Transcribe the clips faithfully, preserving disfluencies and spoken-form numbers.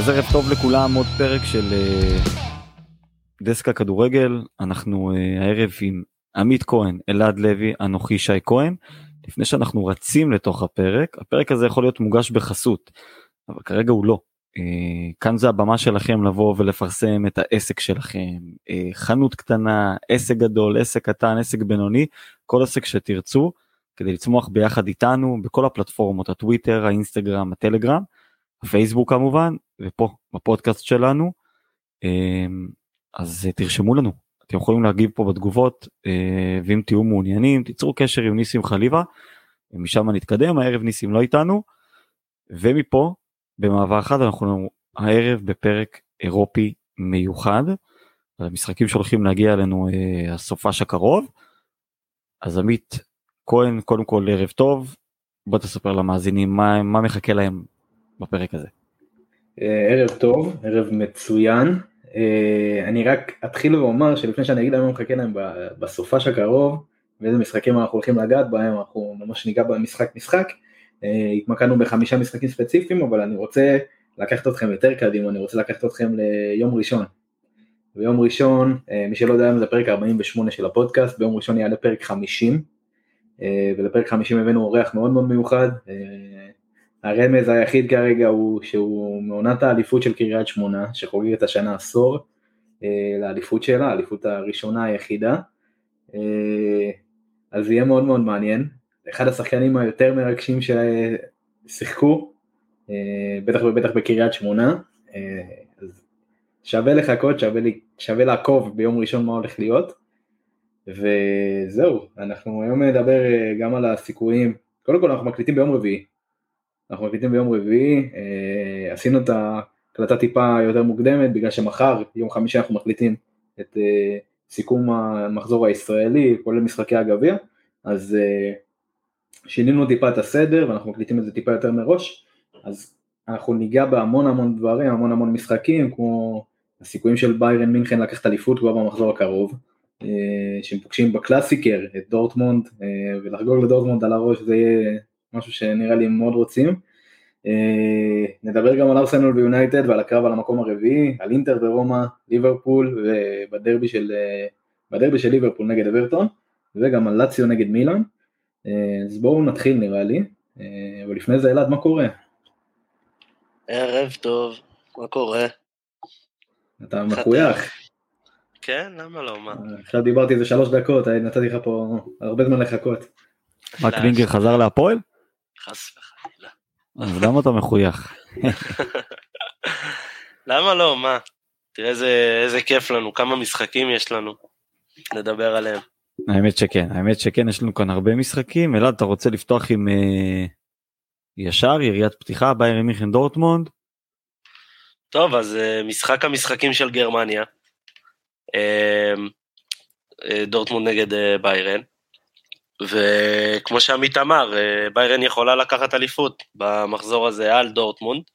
אז ערב טוב לכולם, עוד פרק של דסק הכדורגל. אנחנו הערב עם עמית כהן, אלעד לוי, אנוכי שי כהן. לפני שאנחנו רצים לתוך הפרק, הפרק הזה יכול להיות מוגש בחסות, אבל כרגע הוא לא. כאן זה הבמה שלכם לבוא ולפרסם את העסק שלכם, חנות קטנה, עסק גדול, עסק קטן, עסק בינוני, כל עסק שתרצו, כדי לצמוח ביחד איתנו בכל הפלטפורמות, הטוויטר, האינסטגרם, הטלגרם, הפייסבוק כמובן, ופה בפודקאסט שלנו. אז תרשמו לנו, אתם יכולים להגיב פה בתגובות, ואם תהיו מעוניינים תיצרו קשר עם ניסים חליבה, ומשם נתקדם. הערב ניסים לא איתנו, ומפה במעבר אחד אנחנו הערב בפרק אירופי מיוחד, על המשחקים שהולכים להגיע אלינו הסופש הקרוב. אז עמית כהן, קודם כל ערב טוב, בוא תספר למאזינים מה, מה מחכה להם בפרק הזה. ערב טוב, ערב מצוין. אני רק אתחיל ואומר שלפני שאני אגיד להם מה מחכה להם בסופש הקרוב, ואיזה משחקים אנחנו הולכים לגעת בהם, אנחנו ממש ניגע במשחק משחק, התמקדנו בחמישה משחקים ספציפיים, אבל אני רוצה לקחת אתכם יותר קדימה, אני רוצה לקחת אתכם ליום ראשון. ביום ראשון, מי שלא יודע, זה פרק ארבעים ושמונה של הפודקאסט, ביום ראשון יעלה פרק חמישים, ולפרק חמישים הבאנו אורח מאוד מאוד מיוחד. הרמז היחיד כרגע הוא שהוא מעונת האליפות של קריית שמונה, שחוגגת השנה עשור לאליפות שלה, האליפות הראשונה היחידה. אז יהיה מאוד מאוד מעניין. אחד השחקנים היותר מרגשים ששיחקו, בטח ובטח בקריית שמונה. אז שווה לחכות, שווה, שווה לעקוב ביום ראשון מה הולך להיות. וזהו, אנחנו היום נדבר גם על הסיכויים. קודם כל אנחנו מקליטים ביום רביעי. אנחנו מקליטים ביום רביעי, אה, עשינו את ההקלטה טיפה יותר מוקדמת, בגלל שמחר, יום חמישי, אנחנו מקליטים את אה, סיכום המחזור הישראלי, כולל משחקי הגביע, אז אה, שינינו טיפה את הסדר, ואנחנו מקליטים את זה טיפה יותר מראש, אז אנחנו ניגע בהמון המון דברים, המון המון משחקים, כמו הסיכויים של ביירן מינכן לקחת אליפות כבר במחזור הקרוב, אה, שהם פוגשים בקלאסיקר את דורטמונד, אה, ולחגוג לדורטמונד על הראש, זה יהיה משהו שנראה לי מאוד רוצים. נדבר גם על ארסנל ויונייטד ועל הקרב על המקום הרביעי, על אינטר ורומא, ליברפול, ובדרבי של, בדרבי של ליברפול נגד אברטון, וגם על לאציו נגד מילאן. אז בואו נתחיל נראה לי, ולפני זה אלעד, מה קורה? ערב טוב, מה קורה? אתה מחוייך. כן, למה לא, מה? עכשיו דיברתי איזה שלוש דקות, נתתי לך פה הרבה זמן לחכות. מה, קלינגר חזר להפועל? חס וחלילה. אז למה אתה מחוייך? למה לא, מה? תראה איזה, איזה כיף לנו, כמה משחקים יש לנו, נדבר עליהם. האמת שכן, האמת שכן, יש לנו כאן הרבה משחקים. אלעד, אתה רוצה לפתוח עם אה, ישר, יריית פתיחה, ביירן מינכן דורטמונד? טוב, אז אה, משחק המשחקים של גרמניה, אה, אה, דורטמונד נגד אה, ביירן, וכמו שעמית אמר, ביירן יכולה לקחת אליפות במחזור הזה על דורטמונד.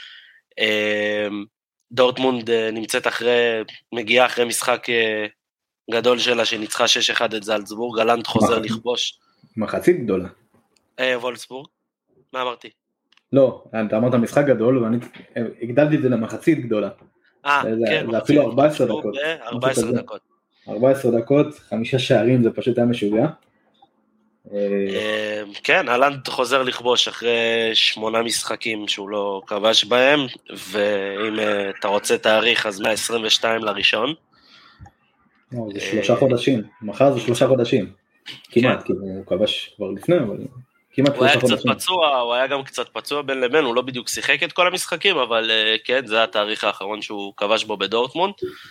דורטמונד נמצאת אחרי, מגיעה אחרי משחק גדול שלה שניצחה שש אחד את זלצבורג, גלנט חוזר לכבוש. מחצית גדולה. וולפסבורג, מה אמרתי? לא, אתה אמרת משחק גדול ואני הגדלתי את זה למחצית גדולה. אה, כן. זה אפילו ארבע עשרה דקות. ארבע עשרה דקות. ארבע עשרה דקות, חמישה שערים, זה פשוט היה משוגע. כן, הלנד חוזר לכבוש אחרי שמונה משחקים שהוא לא כבש בהם, ואם אתה רוצה תאריך אז מאה עשרים ושתיים לראשון. זה שלושה חודשים, מחר זה שלושה חודשים, כמעט, כי הוא כבש כבר לפני, אבל כמעט שלושה חודשים. הוא היה קצת פצוע, הוא היה גם קצת פצוע בין לבין, הוא לא בדיוק שיחק את כל המשחקים, אבל כן, זה התאריך האחרון שהוא כבש בו בדורטמונד,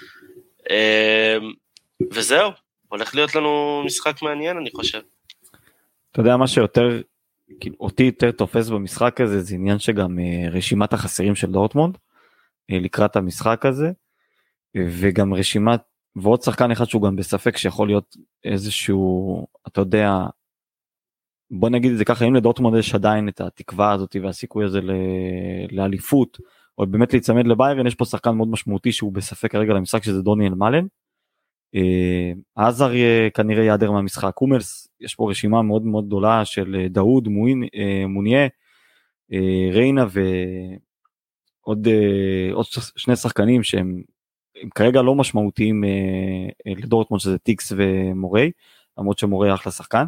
וזהו, הולך להיות לנו משחק מעניין אני חושב. אתה יודע מה שיותר, אותי יותר תופס במשחק הזה, זה עניין שגם רשימת החסרים של דורטמונד, לקראת המשחק הזה, וגם רשימת, ועוד שחקן אחד שהוא גם בספק, שיכול להיות איזשהו, אתה יודע, בוא נגיד את זה ככה, אם לדורטמונד יש עדיין את התקווה הזאת, והסיכוי הזה לאליפות, או באמת להצמד לביירן, יש פה שחקן מאוד משמעותי, שהוא בספק כרגע למשחק, שזה דוניאל מאלן, עזר כנראה יעדר מהמשחק, קומלס, יש פה רשימה מאוד מאוד גדולה של דאוד, מוניה, ריינה עוד, עוד שני שחקנים שהם הם כרגע לא משמעותיים לדורטמונד, שזה טיקס ומורי, למרות שמורי אחלה שחקן,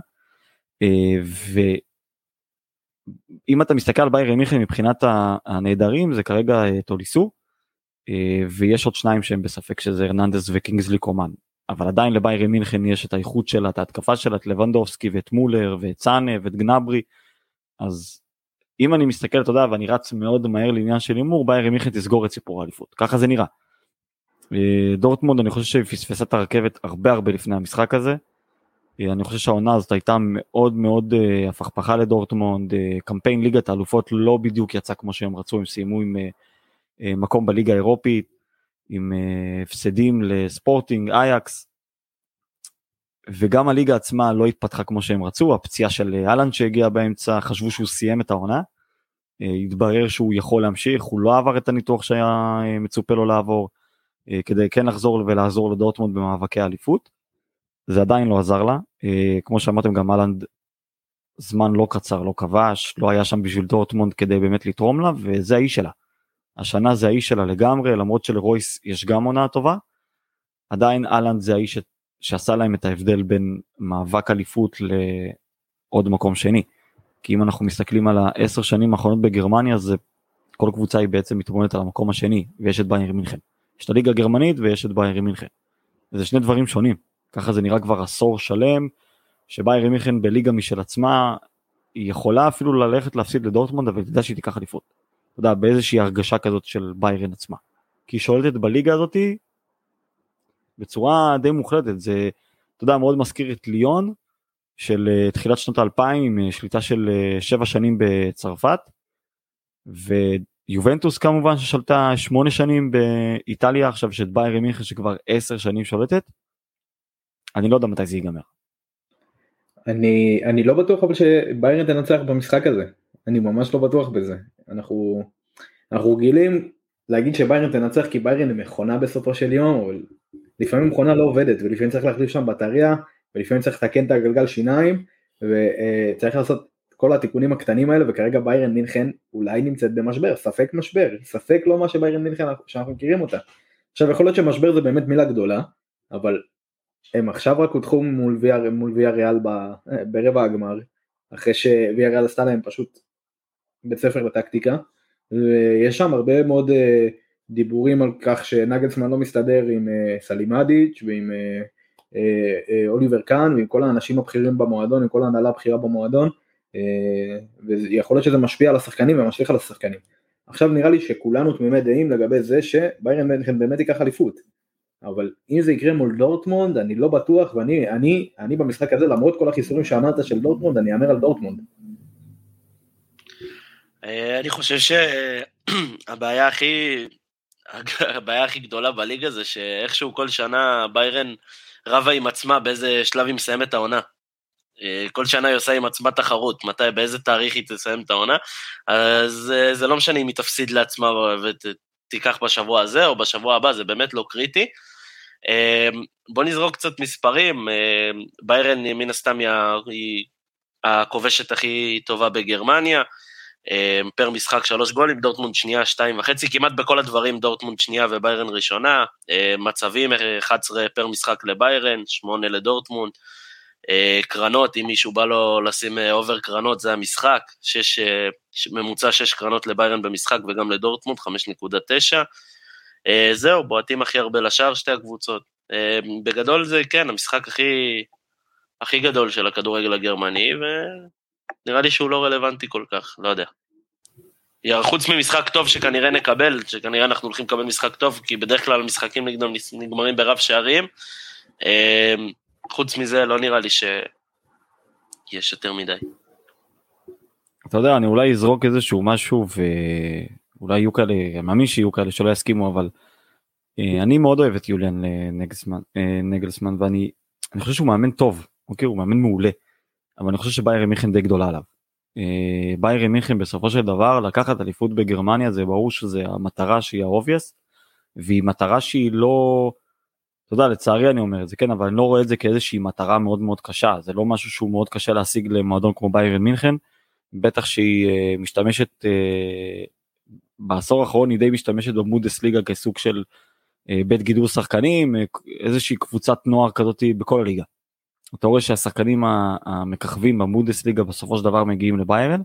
ואם אתה מסתכל על ביירן מינכן מבחינת הנהדרים, זה כרגע טוליסו, ויש עוד שניים שהם בספק, שזה הרננדס וקינגסלי קומן, אבל עדיין לביירן מינכן יש את האיכות שלה, את ההתקפה שלה, את לבנדובסקי ואת מולר ואת צאנה ואת גנברי, אז אם אני מסתכל, אתה יודע, ואני רץ מאוד מהר לעניין של הימור, ביירן מינכן תסגור את סיפור האליפות, ככה זה נראה. דורטמונד, אני חושב שהיא פספסה את הרכבת הרבה הרבה לפני המשחק הזה, אני חושב שהעונה הזאת הייתה מאוד מאוד הפכפכה לדורטמונד, קמפיין ליגת האלופות לא בדיוק יצא כמו שהם רצו, הם סיימו עם מקום בליגה האירופית, עם הפסדים לספורטינג, אייקס, וגם הליגה עצמה לא התפתחה כמו שהם רצו, הפציעה של אלן שהגיע באמצע, חשבו שהוא סיים את העונה, התברר שהוא יכול להמשיך, הוא לא עבר את הניתוח שהיה מצופה לו לעבור, כדי כן לחזור ולעזור לדורטמונד במאבקי האליפות, זה עדיין לא עזר לה, כמו שאמרתם גם אלנד זמן לא קצר, לא כבש, לא היה שם בשביל דורטמונד כדי באמת לתרום לה, וזה האיש שלה, השנה זה האיש שלה לגמרי, למרות שלרויס יש גם עונה טובה, עדיין אלנד זה האיש שעשה להם את ההבדל בין מאבק אליפות לעוד מקום שני, כי אם אנחנו מסתכלים על העשר שנים האחרונות בגרמניה, זה כל קבוצה היא בעצם מתבוננת על המקום השני, ויש את ביירן מינכן, יש את הליגה הגרמנית ויש את ביירן מינכן, זה שני דברים שונים, ככה זה נראה כבר עשור שלם, שביירן מינכן בליגה משל עצמה, היא יכולה אפילו ללכת להפסיד לדורטמונד, אבל תדע שהיא תיקח אליפות, אתה יודע, באיזושהי הרגשה כזאת של ביירן עצמה, כי היא שולטת בליגה הזאת, בצורה די מוחלטת, זה, אתה יודע, מאוד מזכיר את ליון, של תחילת שנות האלפיים, עם שליטה של שבע שנים בצרפת, ויובנטוס כמובן ששלטה שמונה שנים באיטליה, עכשיו שאת ביירן מינכן שכבר עשר שנים שולטת, אני לא יודע מתי זה ייגמר. אני, אני לא בטוח אבל שביירן תנצח במשחק הזה, אני ממש לא בטוח בזה, אנחנו, אנחנו רגילים להגיד שביירן תנצח כי ביירן היא מכונה בסופו של יום, אבל לפעמים מכונה לא עובדת, ולפעמים צריך להחליף שם בטריה, ולפעמים צריך לתקן את הגלגל שיניים, וצריך לעשות כל התיקונים הקטנים האלה, וכרגע ביירן מינכן אולי נמצאת במשבר, ספק משבר, ספק לא מה שביירן מינכן שאנחנו מכירים אותה. עכשיו יכול להיות שמשבר זה באמת מילה גדולה, אבל הם עכשיו רק הודחו מול ויה, מול ויה ריאל ברבע הגמר, אחרי שוויה ריאל עשתה להם פשוט בית ספר לטקטיקה, ויש שם הרבה מאוד דיבורים על כך שנגלסמן לא מסתדר עם סלימדיץ' ועם אוליבר קאן ועם כל האנשים הבכירים במועדון, עם כל ההנהלה הבכירה במועדון, ויכול להיות שזה משפיע על השחקנים ומשליך על השחקנים. עכשיו נראה לי שכולנו תמימי דעים לגבי זה שביירן מינכן באמת ייקח אליפות, אבל אם זה יקרה מול דורטמונד אני לא בטוח, ואני אני, אני במשחק הזה למרות כל החיסורים שאמרת של דורטמונד אני אאמר על דורטמונד. אני חושב שהבעיה הכי הבעיה הכי גדולה בליגה זה שאיכשהו כל שנה ביירן רבה עם עצמה באיזה שלב היא מסיימת העונה. כל שנה היא עושה עם עצמה תחרות, מתי, באיזה תאריך היא תסיים את העונה, אז זה לא משנה אם היא תפסיד לעצמה ותיקח בשבוע הזה או בשבוע הבא, זה באמת לא קריטי. בוא נזרוק קצת מספרים, ביירן מן הסתם היא הכובשת הכי טובה בגרמניה, פר משחק שלוש גולים, דורטמונד שנייה שתיים וחצי, כמעט בכל הדברים דורטמונד שנייה וביירן ראשונה, מצבים אחת עשרה פר משחק לביירן, שמונה לדורטמונד, קרנות, אם מישהו בא לו לשים אובר קרנות זה המשחק, שש, ממוצע שש קרנות לביירן במשחק וגם לדורטמונד, חמש נקודה תשע, זהו, בועטים הכי הרבה לשער שתי הקבוצות, בגדול זה כן, המשחק הכי, הכי גדול של הכדורגל הגרמני, ונראה לי שהוא לא רלוונטי כל כך, לא יודע. חוץ ממשחק טוב שכנראה נקבל, שכנראה אנחנו הולכים לקבל משחק טוב, כי בדרך כלל המשחקים נגדם נגמרים ברב שערים, חוץ מזה לא נראה לי שיש יותר מדי. אתה יודע, אני אולי אזרוק איזשהו משהו, ואולי יהיו כאלה, אני מאמין שיהיו כאלה שלא יסכימו, אבל אני מאוד אוהב את יוליאן נגלסמן, נגלסמן ואני אני חושב שהוא מאמן טוב, אוקיי, הוא מאמן מעולה, אבל אני חושב שביירן מינכן די גדולה עליו. ביירן מינכן בסופו של דבר, לקחת אליפות בגרמניה, זה ברור שזה המטרה שהיא האובייס, והיא מטרה שהיא לא, אתה יודע, לצערי אני אומר את זה, כן, אבל אני לא רואה את זה כאיזושהי מטרה מאוד מאוד קשה, זה לא משהו שהוא מאוד קשה להשיג למועדון כמו ביירן מינכן, בטח שהיא משתמשת בעשור האחרון היא די משתמשת בבונדסליגה כסוג של בית גידול שחקנים, איזושהי קבוצת נוער כזאת בכל הליגה. אתה רואה שהשחקנים המככבים בבונדסליגה בסופו של דבר מגיעים לביירן,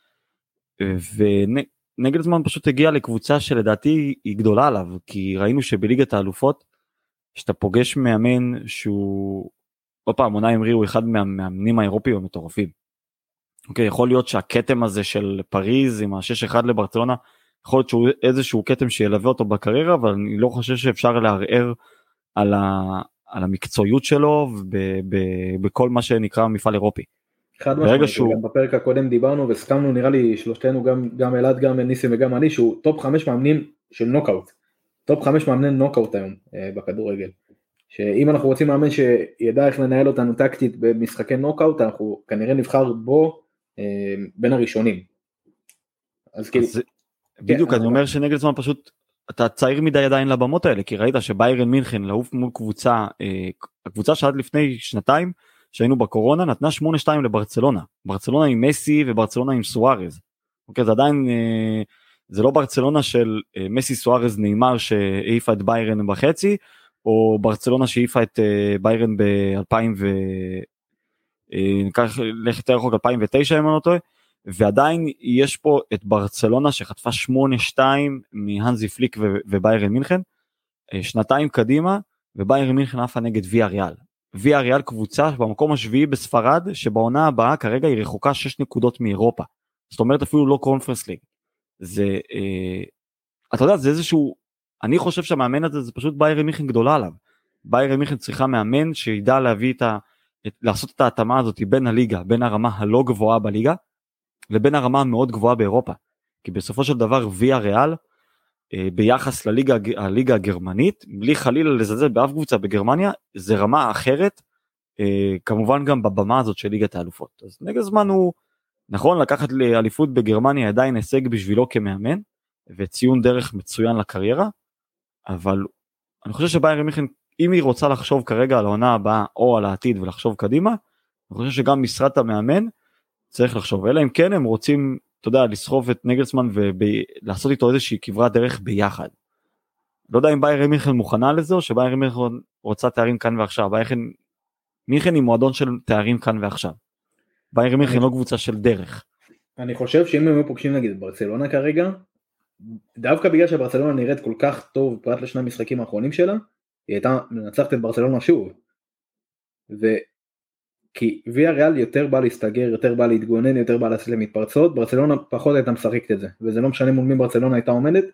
ונגלסמן פשוט הגיע לקבוצה שלדעתי היא גדולה עליו, כי ראינו שבליגת האלופות, שאתה פוגש מאמן שהוא, עוד פעם, עונה אמרי הוא אחד מהמאמנים האירופיים המטורפים. אוקיי, יכול להיות שהקטם הזה של פריז עם ה-שש אחד לברצלונה, יכול להיות שהוא איזשהו קטם שילווה אותו בקריירה, אבל אני לא חושב שאפשר לערער על, ה, על המקצועיות שלו, ב, ב, בכל מה שנקרא מפעל אירופי. חד משמעית, שהוא... גם בפרק הקודם דיברנו וסכמנו, נראה לי שלושתנו, גם, גם אלעד, גם ניסים וגם אני, שהוא טופ חמש מאמנים של נוקאוט. טופ חמש מאמני נוקאוט היום אה, בכדורגל. שאם אנחנו רוצים מאמן שידע איך לנהל אותנו טקטית במשחקי נוקאוט, אנחנו כנראה נבחר בו אה, בין הראשונים. אז כאילו... אז... בדיוק, אני אומר שנגלסמן פשוט, אתה צעיר מדי עדיין לבמות האלה, כי ראית שביירן מינכן לעוף מול קבוצה, הקבוצה שעד לפני שנתיים, שהיינו בקורונה, נתנה שמונה שתיים לברצלונה, ברצלונה עם מסי וברצלונה עם סוארז, אוקיי, זה עדיין, זה לא ברצלונה של מסי סוארז נאמר שהעיפה את ביירן בחצי, או ברצלונה שהעיפה את ביירן ב-אלפיים ו... ניקח לכת רחוק אלפיים ותשע אם אני לא טועה, ועדיין יש פה את ברצלונה שחטפה שמונה שתיים מהנזי פליק וביירן מינכן, שנתיים קדימה, וביירן מינכן עפה נגד ויה ריאל. ויה ריאל קבוצה במקום השביעי בספרד, שבעונה הבאה כרגע היא רחוקה שש נקודות מאירופה. זאת אומרת אפילו לא קונפרנס ליג. זה, אה, אתה יודע, זה איזשהו, אני חושב שהמאמן הזה זה פשוט ביירן מינכן גדולה עליו. ביירן מינכן צריכה מאמן שידע להביא את ה, את, לעשות את ההתאמה הזאת בין הליגה, בין הרמה הלא גבוהה בליגה, לבין הרמה המאוד גבוהה באירופה, כי בסופו של דבר ויה ריאל, אה, ביחס לליגה הליגה הגרמנית, בלי חלילה לזלזל באף קבוצה בגרמניה, זה רמה אחרת, אה, כמובן גם בבמה הזאת של ליגת האלופות. אז נגלסמן הוא, נכון, לקחת לאליפות בגרמניה עדיין הישג בשבילו כמאמן, וציון דרך מצוין לקריירה, אבל אני חושב שביירן מינכן, אם היא רוצה לחשוב כרגע על העונה הבאה, או על העתיד ולחשוב קדימה, אני חושב שגם משרת המאמן, צריך לחשוב, אלא אם כן הם רוצים, אתה יודע, לסחוב את נגלסמן ולעשות איתו איזושהי כברת דרך ביחד. לא יודע אם ביירן מינכן מוכנה לזה, או שביירן מינכן רוצה תארים כאן ועכשיו. ביירן מינכן היא מועדון של תארים כאן ועכשיו. ביירן מינכן לא קבוצה של דרך. אני חושב שאם הם פוגשים נגיד ברצלונה כרגע, דווקא בגלל שברצלונה נראית כל כך טוב פרט לשני המשחקים האחרונים שלה, היא הייתה מנצחת את ברצלונה שוב. ו... כי ויה ריאל יותר בא להסתגר, יותר בא להתגונן, יותר בא לעשות למתפרצות, ברצלונה פחות הייתה משחקת את זה, וזה לא משנה מול מי ברצלונה הייתה עומדת,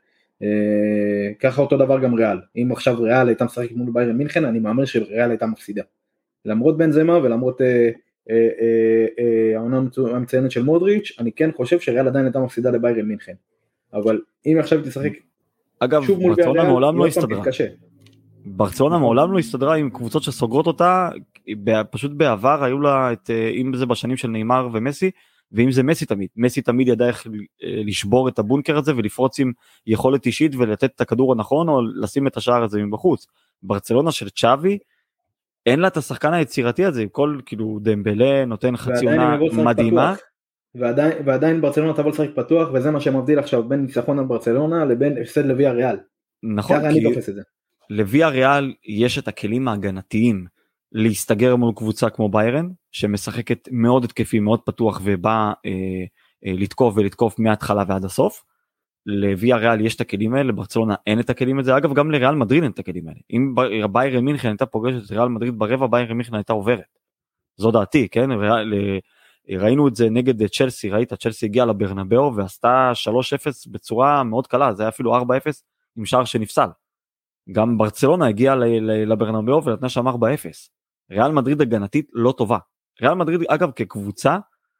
אה, ככה אותו דבר גם ריאל, אם עכשיו ריאל הייתה משחקת מול ביירן מינכן, אני מאמר שריאל הייתה מפסידה, למרות בנזמה ולמרות אה, אה, אה, אה, העונה המציינת של מודריץ', אני כן חושב שריאל עדיין הייתה מפסידה לביירן מינכן, אבל אם עכשיו תשחק אגב, שוב מול ברצלונה ריאל, מעולם לא לא הסתדרה. קשה. ברצלונה מעולם לא הסתדרה עם קבוצות שסוגרות אותה, פשוט בעבר היו לה, את, אם זה בשנים של נאמר ומסי, ואם זה מסי תמיד, מסי תמיד ידע איך לשבור את הבונקר הזה, ולפרוץ עם יכולת אישית, ולתת את הכדור הנכון, או לשים את השער הזה מבחוץ. ברצלונה של צ'אבי, אין לה את השחקן היצירתי הזה, כל כאילו דמבלה נותן חצי עונה מדהימה. ועדיין, ועדיין ברצלונה תבוא לשחק פתוח, וזה מה שמבדיל עכשיו בין ניצחון על ברצלונה, לבין הפסד לוויה ריאל. נכון, כי לוויה ריאל יש את הכלים ההגנתיים, להסתגר מול קבוצה כמו ביירן, שמשחקת מאוד התקפי, מאוד פתוח, ובא אה, אה, לתקוף ולתקוף מההתחלה ועד הסוף. לוויה ריאל יש את הכלים האלה, לברצלונה אין את הכלים הזה, אגב גם לריאל מדריד אין את הכלים האלה. אם ביירן מינכן הייתה פוגשת את ריאל מדריד ברבע, ביירן מינכן הייתה עוברת. זו דעתי, כן? ריאל, ראינו את זה נגד צ'לסי, ראית, צ'לסי הגיעה לברנבאו ועשתה שלוש אפס בצורה מאוד קלה, זה היה אפילו ארבע אפס עם שער שנפסל. גם ברצלונה הגיעה לברנבאו ונתנה שם ארבע אפס. ריאל מדריד הגנתית לא טובה. ריאל מדריד אגב כקבוצה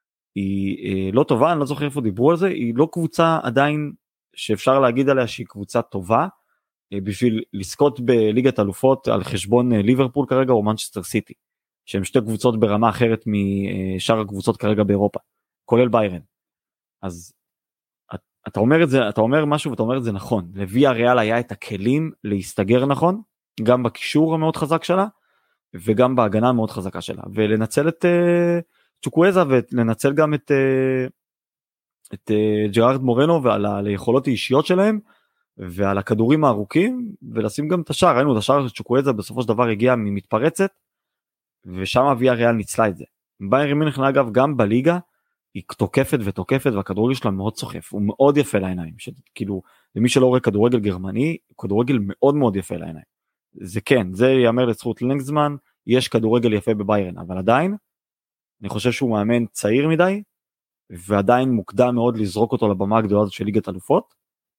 היא לא טובה, אני לא זוכר איפה דיברו על זה, היא לא קבוצה עדיין שאפשר להגיד עליה שהיא קבוצה טובה, בשביל לזכות בליגת אלופות על חשבון ליברפול כרגע או מנצ'סטר סיטי, שהם שתי קבוצות ברמה אחרת משאר הקבוצות כרגע באירופה, כולל ביירן. אז אתה אומר את זה, אתה אומר משהו ואתה אומר את זה נכון, לוויה ריאל היה את הכלים להסתגר נכון, גם בקישור המאוד חזק שלה, וגם בהגנה המאוד חזקה שלה, ולנצל את uh, צ'וקוויזה, ולנצל גם את, uh, את ג'רארד מורנו ועל היכולות האישיות שלהם, ועל הכדורים הארוכים, ולשים גם את השער. ראינו את השער של צ'וקוויזה בסופו של דבר הגיע ממתפרצת, ושם אביה ריאל ניצלה את זה. ביירן מינכן אגב גם בליגה, היא תוקפת ותוקפת, והכדורגל שלה מאוד סוחף, הוא מאוד יפה לעיניים, כאילו למי שלא רואה כדורגל גרמני, כדורגל מאוד מאוד יפה לעיניים. זה כן, זה יאמר לזכות לנגזמן, יש כדורגל יפה בביירן, אבל עדיין, אני חושב שהוא מאמן צעיר מדי, ועדיין מוקדם מאוד לזרוק אותו לבמה הגדולה הזאת של ליגת אלופות.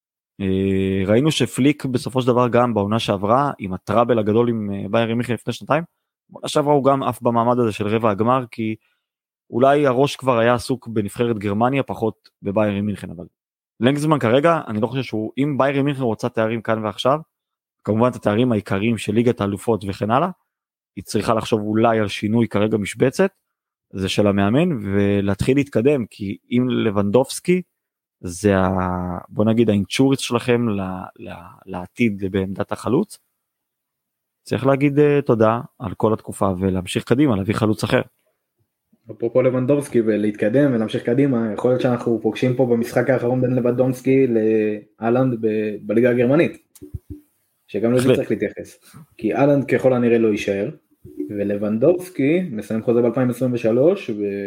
ראינו שפליק בסופו של דבר גם בעונה שעברה, עם הטראבל הגדול עם ביירן מינכן לפני שנתיים, בעונה שעברה הוא גם אף במעמד הזה של רבע הגמר, כי אולי הראש כבר היה עסוק בנבחרת גרמניה, פחות בביירן מינכן, אבל לנגזמן כרגע, אני לא חושב שהוא, אם ביירן מינכן רוצה תארים כאן ועכשיו, כמובן את התארים העיקריים של ליגת האלופות וכן הלאה, היא צריכה לחשוב אולי על שינוי כרגע משבצת, זה של המאמן, ולהתחיל להתקדם, כי אם לבנדובסקי, זה ה, בוא נגיד האינצ'וריץ שלכם ל, ל, לעתיד בעמדת החלוץ, צריך להגיד uh, תודה על כל התקופה, ולהמשיך קדימה, להביא חלוץ אחר. אפרופו לבנדובסקי ולהתקדם ולהמשיך קדימה, יכול להיות שאנחנו פוגשים פה במשחק האחרון בין לבנדובסקי לאלנד ב- בליגה הגרמנית, שגם לזה צריך להתייחס, כי אלנד ככל הנראה לא יישאר, ולבנדובסקי מסיים חוזה ב-אלפיים עשרים ושלוש,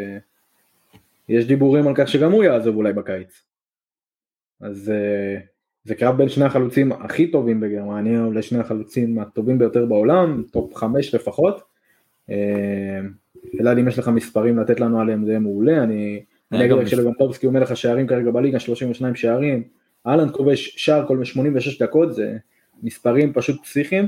ויש דיבורים על כך שגם הוא יעזוב אולי בקיץ. אז זה קרב בין שני החלוצים הכי טובים בגרמניה, או לשני החלוצים הטובים ביותר בעולם, טופ חמש לפחות. אלעד, אם יש לך מספרים לתת לנו עליהם, זה מעולה. אני אגיד רק שלבנדובסקי הוא מלך השערים כרגע בליגה, שלושים ושניים שערים, אלנד כובש שער כל שמונים ושש דקות, זה מספרים פשוט פסיכיים.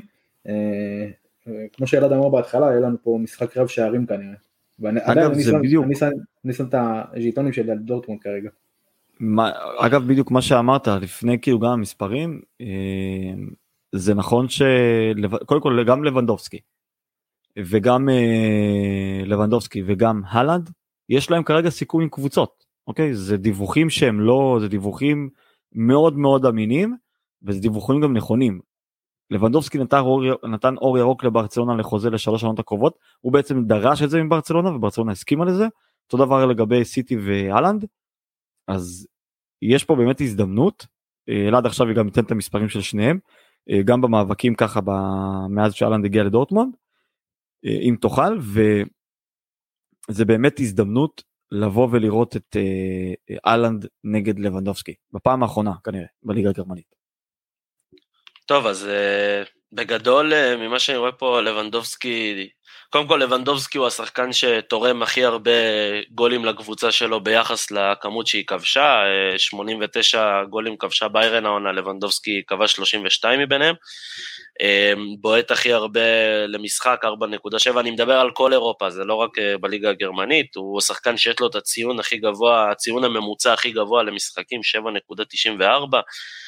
כמו שאלעד אמר בהתחלה, היה לנו פה משחק רב שערים כנראה. אגב, זה בדיוק. אני שם את הז'יטונים שלי על דורטמונד כרגע. אגב, בדיוק מה שאמרת, לפני כאילו גם המספרים, זה נכון שקודם כל גם לבנדובסקי, וגם לבנדובסקי וגם הלנד, יש להם כרגע סיכוי עם קבוצות, אוקיי? זה דיווחים שהם לא, זה דיווחים מאוד מאוד אמינים, וזה דיווחים גם נכונים. לבנדובסקי נתן אור, נתן אור ירוק לברצלונה לחוזה לשלוש שנות הקרובות, הוא בעצם דרש את זה מברצלונה, וברצלונה הסכימה לזה, אותו דבר לגבי סיטי והלנד, אז יש פה באמת הזדמנות, אלעד עכשיו גם ניתן את המספרים של שניהם, גם במאבקים ככה מאז שאלנד הגיע לדורטמונד, אם תוכל, וזה באמת הזדמנות לבוא ולראות את אלנד נגד לבנדובסקי, בפעם האחרונה כנראה, בליגה הגרמנית. טוב, אז בגדול, ממה שאני רואה פה, לבנדובסקי, קודם כל לבנדובסקי הוא השחקן שתורם הכי הרבה גולים לקבוצה שלו ביחס לכמות שהיא כבשה, שמונים ותשע גולים כבשה ביירן העונה, לבנדובסקי כבש שלושים ושתיים מביניהם, בועט הכי הרבה למשחק, ארבע נקודה שבע, אני מדבר על כל אירופה, זה לא רק בליגה הגרמנית, הוא השחקן שיש לו את הציון הכי גבוה, הציון הממוצע הכי גבוה למשחקים, שבע נקודה תשעים וארבע,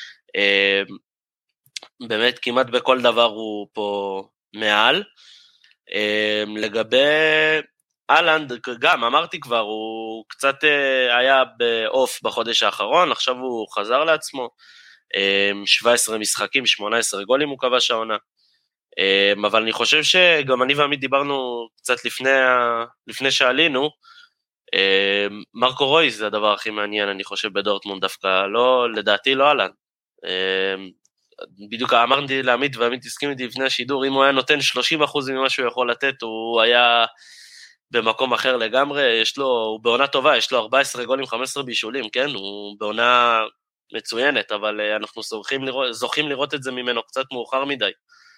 באמת כמעט בכל דבר הוא פה מעל. לגבי אלנד, גם אמרתי כבר, הוא קצת היה באוף בחודש האחרון, עכשיו הוא חזר לעצמו, שבע עשרה משחקים, שמונה עשרה גולים הוא כבש העונה, אבל אני חושב שגם אני ועמית דיברנו קצת לפני, לפני שעלינו, מרקו רויס זה הדבר הכי מעניין, אני חושב בדורטמונד דווקא, לא, לדעתי לא אלנד, בדיוק אמרתי לעמית ועמית הסכים איתי לפני השידור, אם הוא היה נותן שלושים אחוז ממה שהוא יכול לתת, הוא היה במקום אחר לגמרי, יש לו, הוא בעונה טובה, יש לו ארבע עשרה גולים, חמש עשרה בישולים, כן, הוא בעונה מצוינת, אבל אנחנו זוכים לראות, זוכים לראות את זה ממנו קצת מאוחר מדי,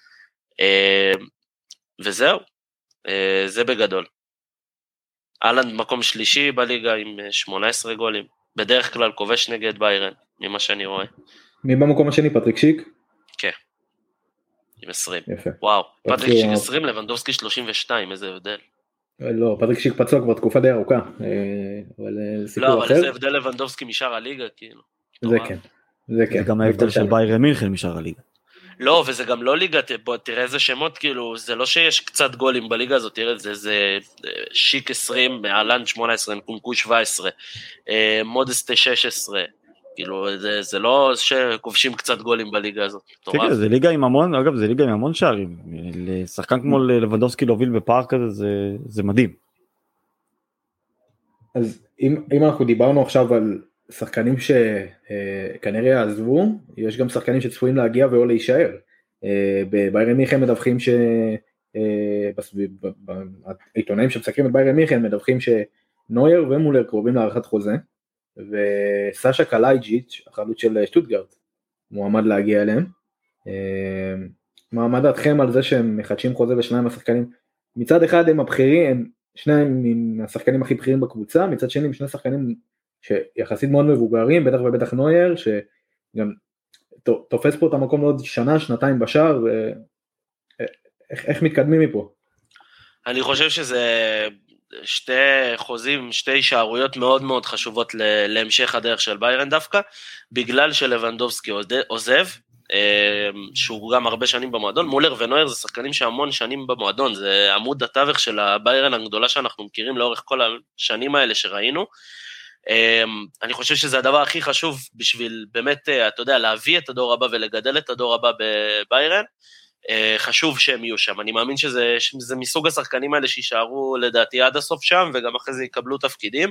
וזהו, זה בגדול. אלנד מקום שלישי בליגה עם שמונה עשרה גולים, בדרך כלל כובש נגד ביירן, ממה שאני רואה. מי במקום השני, פטריק שיק? כן, עם עשרים. יפה. וואו, פטריק שיק עשרים, לבנדובסקי שלושים ושתיים, איזה הבדל. לא, פטריק שיק פצוע כבר תקופה די ארוכה, אבל סיפור אחר. לא, אבל איזה הבדל לבנדובסקי משאר הליגה, כאילו. זה כן, זה כן. זה גם ההבדל של ביירן מינכן משאר הליגה. לא, וזה גם לא ליגה, בוא תראה איזה שמות, כאילו, זה לא שיש קצת גולים בליגה הזאת, תראה, זה, זה שיק עשרים, אלנד שמונה עשרה, נקונקו שבע עשרה, מודסטה שש עשרה, כאילו, זה, זה לא שכובשים קצת גולים בליגה הזאת. כן, זה ליגה עם המון, אגב, זה ליגה עם המון שערים. לשחקן כמו לבנדובסקי להוביל בפארק כזה, זה, זה מדהים. אז אם, אם אנחנו דיברנו עכשיו על שחקנים שכנראה יעזבו, יש גם שחקנים שצפויים להגיע ואו להישאר. בביירן מינכן מדווחים ש... העיתונאים שמסקרים את ביירן מינכן מדווחים שנויר ומולר קרובים להארכת חוזה, וסשה קלייג'יץ', החלוץ של שטוטגרט, מועמד להגיע אליהם. מה דעתכם על זה שהם מחדשים חוזה ושניים השחקנים? מצד אחד הם הבכירים, הם שניים מהשחקנים הכי בכירים בקבוצה, מצד שני הם שני שחקנים שיחסית מאוד מבוגרים, בטח ובטח נויר, שגם תופס פה את המקום לעוד שנה, שנתיים בשער, איך, איך מתקדמים מפה? אני חושב שזה שתי חוזים, שתי שערויות מאוד מאוד חשובות להמשך הדרך של ביירן דווקא, בגלל שלוונדובסקי עוזב, שהוא גם הרבה שנים במועדון. מולר ונויר זה שחקנים שהמון שנים במועדון, זה עמוד התווך של הביירן הגדולה שאנחנו מכירים לאורך כל השנים האלה שראינו. אני חושב שזה הדבר הכי חשוב בשביל באמת, אתה יודע, להביא את הדור הבא ולגדל את הדור הבא בביירן, חשוב שהם יהיו שם. אני מאמין שזה, שזה מסוג השחקנים האלה שישארו לדעתי עד הסוף שם, וגם אחרי זה יקבלו תפקידים.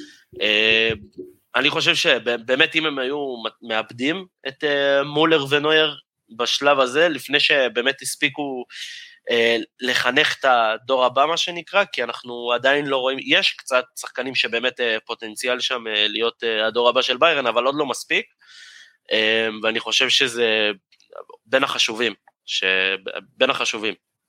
אני חושב שבאמת אם הם היו מאבדים את מולר ונויר בשלב הזה, לפני שבאמת הספיקו לחנך את הדור הבא מה שנקרא, כי אנחנו עדיין לא רואים, יש קצת שחקנים שבאמת פוטנציאל שם להיות הדור הבא של ביירן, אבל עוד לא מספיק, ואני חושב שזה בין החשובים, בין החשובים.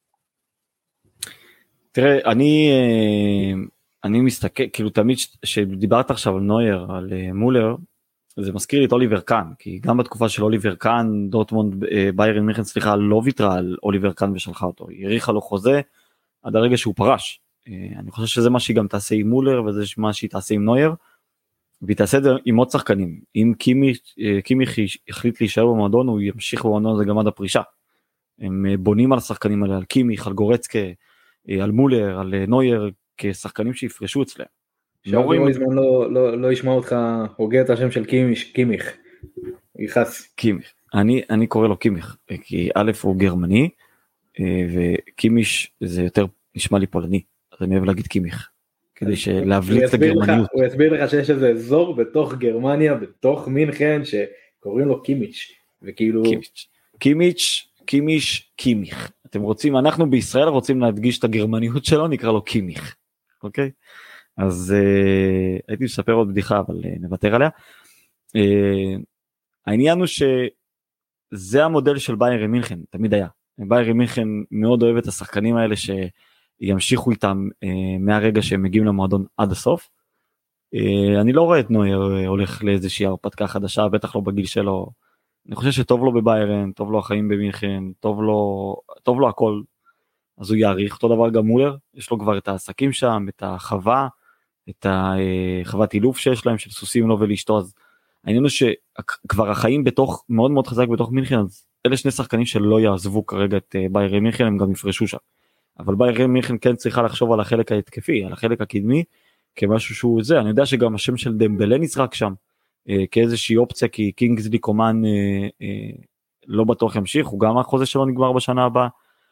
תראה, אני, אני מסתכל, כאילו תמיד שדיברת עכשיו על נויר, על מולר, זה מזכיר לי את אוליבר קאן, כי גם בתקופה של אוליבר קאן, דורטמונד, ביירן מינכן, סליחה, לא ויתרה על אוליבר קאן ושלחה אותו, היא האריכה לו חוזה עד הרגע שהוא פרש. אני חושב שזה מה שהיא גם תעשה עם מולר, וזה מה שהיא תעשה עם נויר, והיא תעשה את זה עם עוד שחקנים. אם קימיך החליט להישאר במועדון, הוא ימשיך במועדון הזה גם עד הפרישה. הם בונים על השחקנים האלה, על קימיך, על גורצקה, על מולר, על נויר, כשחקנים שיפרשו אצלם. שאורי מזמן לא, לא, לא ישמע אותך הוגה את השם של קימיש, קימיך, ייחס. קימיך, אני, אני קורא לו קימיך, כי א' הוא גרמני, וקימיש זה יותר נשמע לי פולני, אז אני אוהב להגיד קימיך, כדי להבליט את הגרמניות. הוא יסביר לך שיש איזה אזור בתוך גרמניה, בתוך מינכן, שקוראים לו קימיש, וכאילו... קימיש, קימיש, קימיש, קימיך. אתם רוצים, אנחנו בישראל רוצים להדגיש את הגרמניות שלו, נקרא לו קימיך, אוקיי? אז uh, הייתי מספר עוד בדיחה, אבל uh, נוותר עליה. Uh, העניין הוא שזה המודל של ביירן מינכן, תמיד היה. ביירן מינכן מאוד אוהב את השחקנים האלה שימשיכו איתם uh, מהרגע שהם מגיעים למועדון עד הסוף. Uh, אני לא רואה את נויר uh, הולך לאיזושהי הרפתקה חדשה, בטח לא בגיל שלו. אני חושב שטוב לו בביירן, טוב לו החיים במינכן, טוב לו, טוב לו הכל, אז הוא יעריך. אותו דבר גם מולר, יש לו כבר את העסקים שם, את החווה, את החוות אילוף שיש להם, של סוסים לו ולאשתו, אז העניין הוא שכבר החיים בתוך, מאוד מאוד חזק בתוך מינכן, אז אלה שני שחקנים שלא יעזבו כרגע את ביירן מינכן, הם גם יפרשו שם. אבל ביירן מינכן כן צריכה לחשוב על החלק ההתקפי, על החלק הקדמי, כמשהו שהוא זה. אני יודע שגם השם של דמבלה נזרק שם, כאיזושהי אופציה, כי קינגסלי קומן לא בטוח ימשיך, הוא גם החוזה שלו נגמר בשנה הבאה,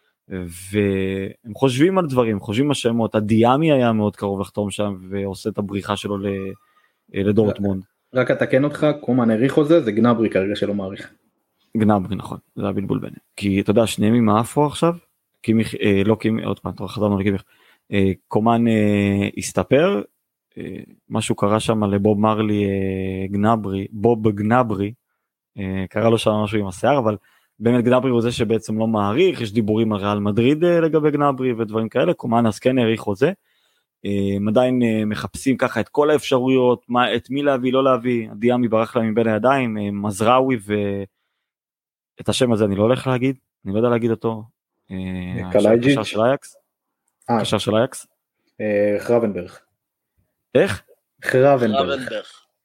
והם חושבים על דברים, חושבים על שמות. הדיאמי היה מאוד קרוב לחתום שם, ועושה את הבריחה שלו לדורטמונד. רק אתקן אותך, קומן העריך חוזה, זה גנברי כרגע שלא מעריך. גנברי, נכון, זה היה בלבול ביניהם. כי אתה יודע, שניהם עם האפו עכשיו, קימיך, לא קימיך, עוד פעם, חזרנו לקימיך, קומן הסתפר, משהו קרה שם לבוב מרלי גנברי, בוב גנברי, קרה לו שם משהו עם השיער, אבל באמת גנברי הוא זה שבעצם לא מעריך, יש דיבורים על ריאל מדריד לגבי גנברי ודברים כאלה, קומן אז כן העריך חוזה, הם עדיין מחפשים ככה את כל האפשרויות, מה, את מי להביא, לא להביא, הדיאמי ברח להם מבין הידיים, מזראוי, ואת השם הזה אני לא הולך להגיד, אני לא יודע להגיד אותו, קלייג'יץ' הקשר של אייקס, הקשר של אייקס, חרבנברג. איך? חרבנברג.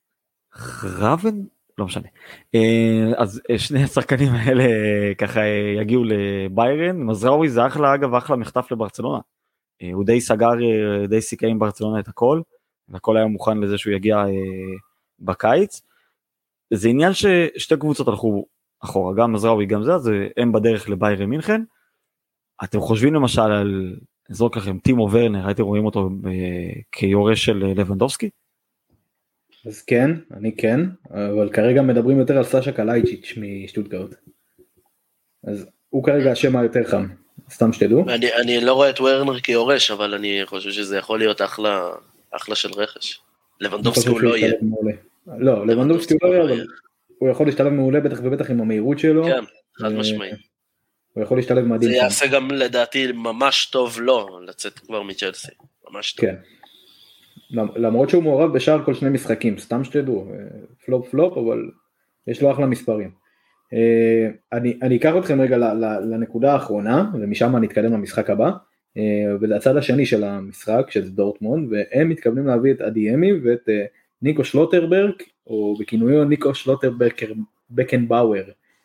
חרבן? לא משנה. אז שני השחקנים האלה ככה יגיעו לביירן. מזראוי זה אחלה, אגב, אחלה מחטף לברצלונה. הוא די סגר, די סיכה עם ברצלונה את הכל, והכל היה מוכן לזה שהוא יגיע בקיץ. זה עניין ששתי קבוצות הלכו אחורה, גם מזראוי גם זה, אז הם בדרך לביירן מינכן. אתם חושבים למשל על, נזרוק לכם, טימו ורנר, הייתם רואים אותו כיורש של לבנדובסקי? אז כן, אני כן, אבל כרגע מדברים יותר על סאשה קלייצ'יץ' משטוטגרט. אז הוא כרגע השם היותר חם, סתם שתדעו. אני, אני לא רואה את ורנר כיורש, אבל אני חושב שזה יכול להיות אחלה, אחלה של רכש. לבנדובסקי הוא לא יהיה. לא, לבנדובסקי הוא לא יהיה, אבל הוא יכול להשתלב מעולה, בטח ובטח עם המהירות שלו. כן, חד משמעי. הוא יכול להשתלב מדהים. זה יעשה גם לדעתי ממש טוב לו, לצאת כבר מצ'לסי. ממש טוב. כן. למרות שהוא מעורב בשאר כל שני משחקים, סתם שתדעו, פלופ פלופ, אבל יש לו אחלה מספרים. אני, אני אקח אתכם רגע לנקודה האחרונה, ומשם אני אתקדם למשחק הבא, וזה הצד השני של המשחק, שזה דורטמונד, והם מתכוונים להביא את אדיאמי ואת ניקו שלוטרברג, או בכינויו ניקו שלוטרברג בקנבאואר.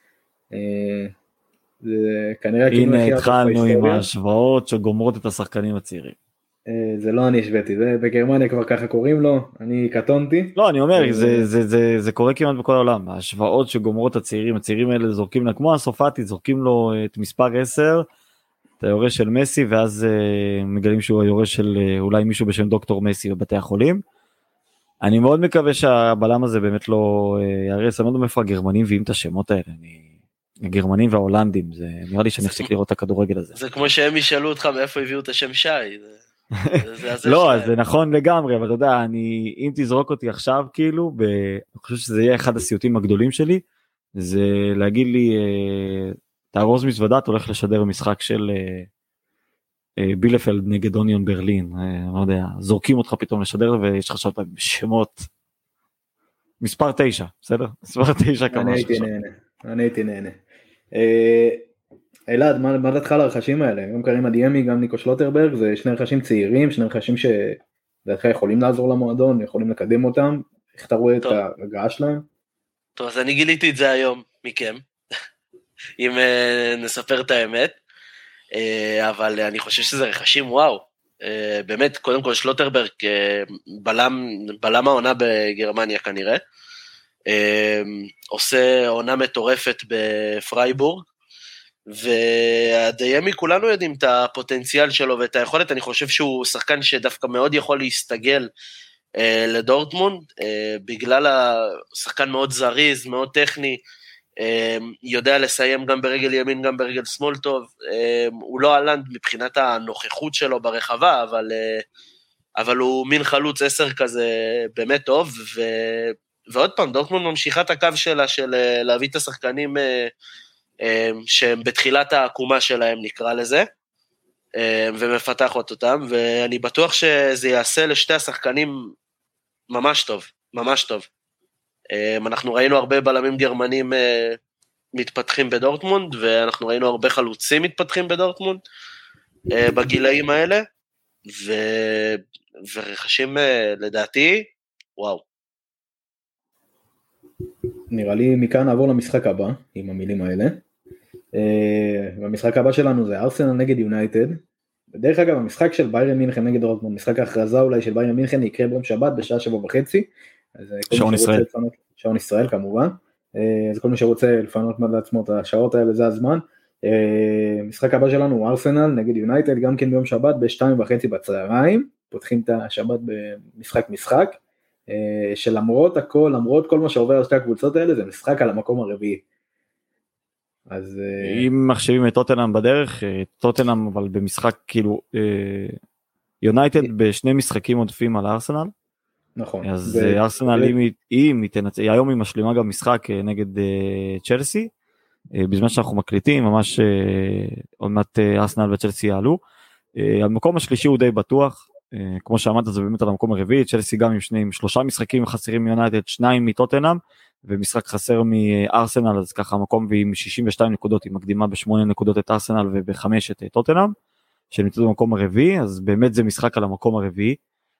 זה כנראה הכינוי הכי הנה התחלנו עם ההשוואות שגומרות את השחקנים הצעירים. זה לא אני השוויתי, זה בגרמניה כבר ככה קוראים לו, אני קטונתי. לא, אני אומר, זה, זה, זה, זה קורה כמעט בכל העולם, ההשוואות שגומרות את הצעירים, הצעירים האלה זורקים לה, כמו הסופטי, זורקים לו את מספר עשר, את היורש של מסי, ואז uh, מגלים שהוא היורש של uh, אולי מישהו בשם דוקטור מסי בבתי החולים. אני מאוד מקווה שהבלם הזה באמת לא uh, ירס, אני לא יודע מאיפה הגרמנים ואם את השמות האלה, אני... הגרמנים וההולנדים, זה נראה לי שאני אפסיק לראות את הכדורגל הזה. זה כמו שהם ישאלו אותך מאיפה הביאו את השם שי, לא, זה נכון לגמרי, אבל אתה יודע, אני, אם תזרוק אותי עכשיו, כאילו, אני חושב שזה יהיה אחד הסיוטים הגדולים שלי, זה להגיד לי, תארוז מזוודה, אתה הולך לשדר משחק של בילפלד נגד אוניון ברלין, אני לא יודע, זורקים אותך פתאום לשדר, ויש לך שאתה בשמות, מספר תשע, בסדר? מספר תשע כמה. אני הייתי נהנה, אני הייתי נהנה. אלעד, מה, מה דעתך על הרכשים האלה? גם קרים אדיאמי, גם ניקו שלוטרברג, זה שני רכשים צעירים, שני רכשים שדעתך יכולים לעזור למועדון, יכולים לקדם אותם, איך אתה רואה טוב. את ההגעה שלהם? טוב, אז אני גיליתי את זה היום מכם, אם uh, נספר את האמת, uh, אבל אני חושב שזה רכשים וואו, uh, באמת, קודם כל שלוטרברג, uh, בלם, בלם העונה בגרמניה כנראה, uh, עושה עונה מטורפת בפרייבורג, והדיימי כולנו יודעים את הפוטנציאל שלו ואת היכולת, אני חושב שהוא שחקן שדווקא מאוד יכול להסתגל אה, לדורטמונד, אה, בגלל השחקן מאוד זריז, מאוד טכני, אה, יודע לסיים גם ברגל ימין, גם ברגל שמאל טוב, אה, הוא לא הלנד מבחינת הנוכחות שלו ברחבה, אבל, אה, אבל הוא מין חלוץ עשר כזה באמת טוב, ו, ועוד פעם, דורטמונד ממשיכה את הקו שלה, של אה, להביא את השחקנים אה, שהם בתחילת העקומה שלהם נקרא לזה, ומפתחות אותם, ואני בטוח שזה יעשה לשתי השחקנים ממש טוב, ממש טוב. אנחנו ראינו הרבה בלמים גרמנים מתפתחים בדורטמונד, ואנחנו ראינו הרבה חלוצים מתפתחים בדורטמונד, בגילאים האלה, ו... ורכשים לדעתי, וואו. נראה לי מכאן נעבור למשחק הבא, עם המילים האלה. במשחק הבא שלנו זה ארסנל נגד יונייטד. בדרך אגב, המשחק של ביירן מינכן נגד דורטמונד, משחק ההכרזה אולי של ביירן מינכן, יקרה ביום שבת בשעה שבע וחצי. שעון ישראל. שעון ישראל כמובן. אז כל מי שרוצה לפנות לעצמו את השעות האלה, זה הזמן. המשחק הבא שלנו הוא ארסנל נגד יונייטד, גם כן ביום שבת בשתיים וחצי בצהריים. פותחים את השבת במשחק משחק. שלמרות הכל, למרות כל מה שעובר על שתי הקבוצות האלה, זה משחק על המקום הרביעי. אז אם מחשבים את טוטנהאם בדרך, טוטנהאם אבל במשחק כאילו, יונייטד בשני משחקים עודפים על ארסנל. נכון. אז ארסנל אם היא תנצח, היום היא משלימה גם משחק נגד צ'לסי, בזמן שאנחנו מקליטים, ממש עוד מעט ארסנל וצ'לסי יעלו. המקום השלישי הוא די בטוח, כמו שאמרת זה באמת על המקום הרביעי, צ'לסי גם עם שני, עם שלושה משחקים חסרים מיונייטד, שניים מטוטנהאם, ומשחק חסר מארסנל, אז ככה המקום ועם שישים ושתיים נקודות, היא מקדימה בשמונה נקודות את ארסנל ובחמש את טוטנהאם, שנמצאים במקום הרביעי, אז באמת זה משחק על המקום הרביעי.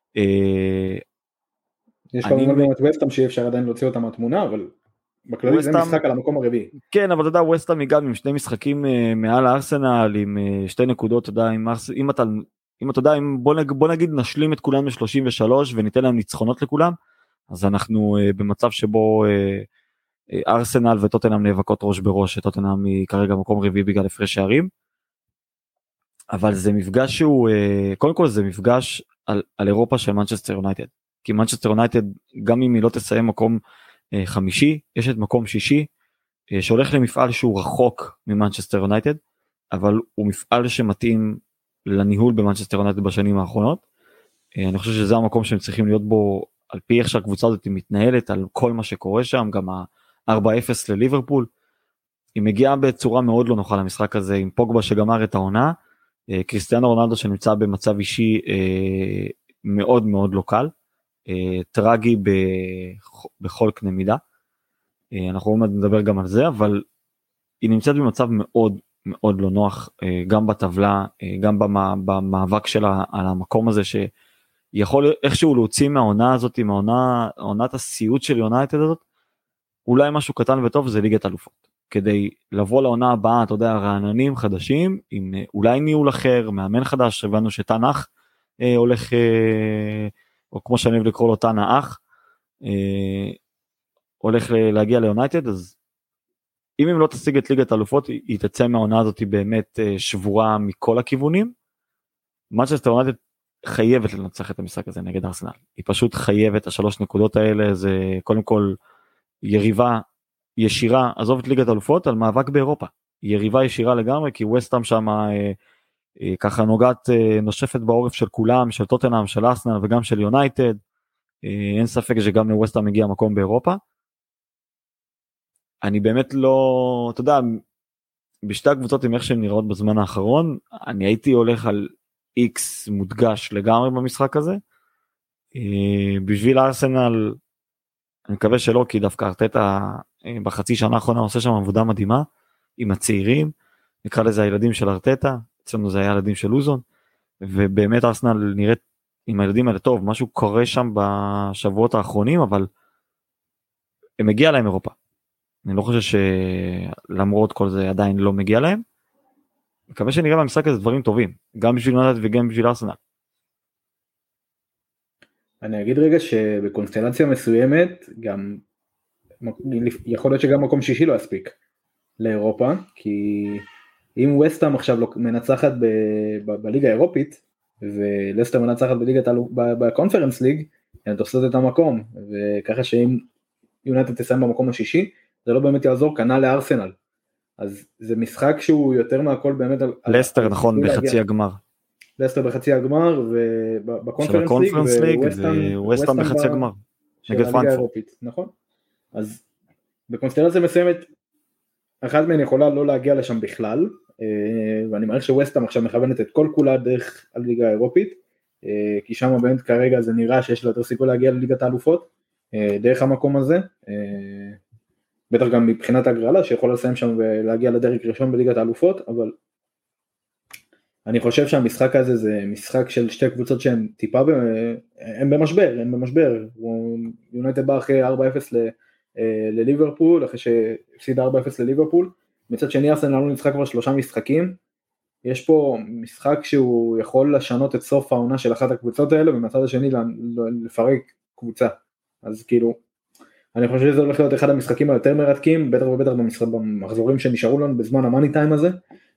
יש כמובן גם את וסטהאם שאי אפשר עדיין להוציא אותם מהתמונה, אבל בכללי זה משחק על המקום הרביעי. כן, אבל אתה יודע, וסטהאם היא גם עם שני משחקים מעל הארסנל, עם שתי נקודות, אתה יודע, אם אתה אם אתה יודע, אם בוא, נג, בוא נגיד נשלים את כולם ל-שלושים ושלוש וניתן להם ניצחונות לכולם, אז אנחנו uh, במצב שבו uh, uh, ארסנל וטוטנהאם נאבקות ראש בראש, טוטנהאם היא כרגע מקום רביעי בגלל הפרש שערים, אבל זה מפגש שהוא, uh, קודם כל זה מפגש על, על אירופה של מנצ'סטר יונייטד, כי מנצ'סטר יונייטד, גם אם היא לא תסיים מקום חמישי, יש את מקום שישי, שהולך למפעל שהוא רחוק ממנצ'סטר יונייטד, אבל הוא מפעל שמתאים לניהול במנצ'סטר יונייטד בשנים האחרונות. אני חושב שזה המקום שהם צריכים להיות בו, על פי איך שהקבוצה הזאת מתנהלת, על כל מה שקורה שם, גם ה-ארבע אפס לליברפול, היא מגיעה בצורה מאוד לא נוחה למשחק הזה, עם פוגבה שגמר את העונה, קריסטיאנו רונלדו שנמצא במצב אישי מאוד מאוד לא קל, טרגי בכל קנה מידה, אנחנו נדבר גם על זה, אבל היא נמצאת במצב מאוד מאוד לא נוח, גם בטבלה, גם במאבק שלה על המקום הזה, שיכול איכשהו להוציא מהעונה הזאת, מהעונת הסיוט של יונייטד הזאת, אולי משהו קטן וטוב, זה ליגת אלופות, כדי לבוא לעונה הבאה, אתה יודע, רעננים חדשים, עם אולי ניהול אחר, מאמן חדש, הבנו שתנח הולך, או כמו שאני אוהב לקרוא לו תנח, הולך להגיע ליונייטד, אז אם הם לא תשיג את ליגת האלופות, היא תצא מהעונה הזאת באמת שבורה מכל הכיוונים. מנצ'סטר יונייטד חייבת לנצח את המשחק הזה נגד ארסנל. היא פשוט חייבת, השלוש נקודות האלה, זה קודם כל יריבה ישירה, עזוב את ליגת האלופות, על מאבק באירופה. יריבה ישירה לגמרי, כי ווסטהאם שם אה, אה, ככה נוגעת, אה, נושפת בעורף של כולם, של טוטנהאם, של ארסנל וגם של יונייטד. אה, אין ספק שגם לווסטהאם מגיע מקום באירופה. אני באמת לא, אתה יודע, בשתי הקבוצות עם איך שהן נראות בזמן האחרון, אני הייתי הולך על איקס מודגש לגמרי במשחק הזה. בשביל ארסנל, אני מקווה שלא, כי דווקא ארטטה בחצי שנה האחרונה עושה שם עבודה מדהימה, עם הצעירים, נקרא לזה הילדים של ארטטה, אצלנו זה היה הילדים של לוזון, ובאמת ארסנל נראית עם הילדים האלה טוב, משהו קורה שם בשבועות האחרונים, אבל הם מגיע להם אירופה. אני לא חושב שלמרות כל זה עדיין לא מגיע להם. מקווה שנראה במשחק הזה דברים טובים, גם בשביל יונייטד וגם בשביל ארסנל. אני אגיד רגע שבקונסטלציה מסוימת, גם יכול להיות שגם מקום שישי לא יספיק לאירופה, כי אם ווסטהאם עכשיו מנצחת בליגה האירופית, ולסטר מנצחת בליגת בקונפרנס ליג, הן תופסות את המקום, וככה שאם יונייטד תסיים במקום השישי, זה לא באמת יעזור, כנ"ל לארסנל. אז זה משחק שהוא יותר מהכל באמת... לסטר, נכון, בחצי הגמר. לסטר בחצי הגמר, ובקונפרנס ליג, וווסטהאם בחצי הגמר. נגד פרנקפורט. נכון. אז בקונסטלציה מסוימת, אחת מהן יכולה לא להגיע לשם בכלל, ואני מעריך שווסטהאם עכשיו מכוונת את כל כולה דרך הליגה האירופית, כי שם באמת כרגע זה נראה שיש לה יותר סיכוי להגיע לליגת האלופות, דרך המקום הזה, בטח גם מבחינת הגרלה שיכולה לסיים שם ולהגיע לדרג ראשון בליגת האלופות, אבל אני חושב שהמשחק הזה זה משחק של שתי קבוצות שהן טיפה, הם במשבר, הם במשבר, יונייטד בא אחרי ארבע אפס לליברפול, אחרי שהפסיד ארבע אפס לליברפול, מצד שני ארסנל לא ניצחה כבר שלושה משחקים, יש פה משחק שהוא יכול לשנות את סוף העונה של אחת הקבוצות האלה, ומצד השני לפרק קבוצה, אז כאילו, אני חושב שזה הולך להיות אחד המשחקים היותר מרתקים, בטח ובטח במחזורים שנשארו לנו בזמן המאני טיים הזה,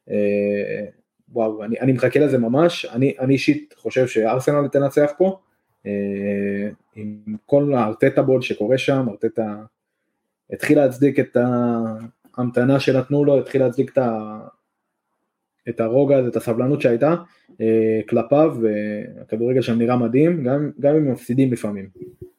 וואו, אני, אני מחכה לזה ממש, אני, אני אישית חושב שארסנל תנצח פה, עם כל הארטטה בול שקורה שם, ארטטה התחיל להצדיק את ההמתנה שנתנו לו, התחיל להצדיק את, ה, את הרוגע, את הסבלנות שהייתה, כלפיו, והכדורגל שם נראה מדהים, גם, גם אם מפסידים לפעמים.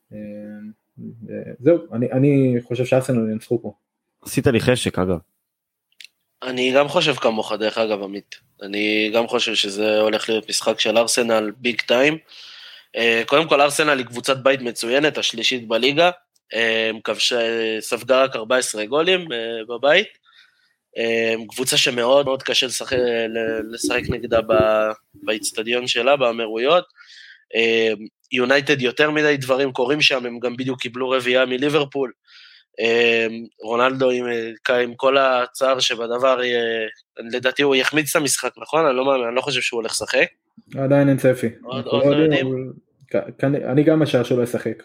זהו, אני, אני חושב שארסנל ינצחו פה. עשית לי חשק אגב. אני גם חושב כמוך דרך אגב עמית, אני גם חושב שזה הולך להיות משחק של ארסנל ביג טיים, קודם כל ארסנל היא קבוצת בית מצוינת, השלישית בליגה, ספגה רק ארבעה עשר גולים בבית, קבוצה שמאוד מאוד קשה לשחק, לשחק נגדה באצטדיון שלה, באמירויות, יונייטד יותר מדי דברים קורים שם, הם גם בדיוק קיבלו רביעייה מליברפול, רונלדו עם, עם כל הצער שבדבר, לדעתי הוא יחמיץ את המשחק, נכון? אני לא, אני לא חושב שהוא הולך לשחק. עדיין אין צפי. עוד, עוד לא יודעים. אני גם משער שהוא לא ישחק.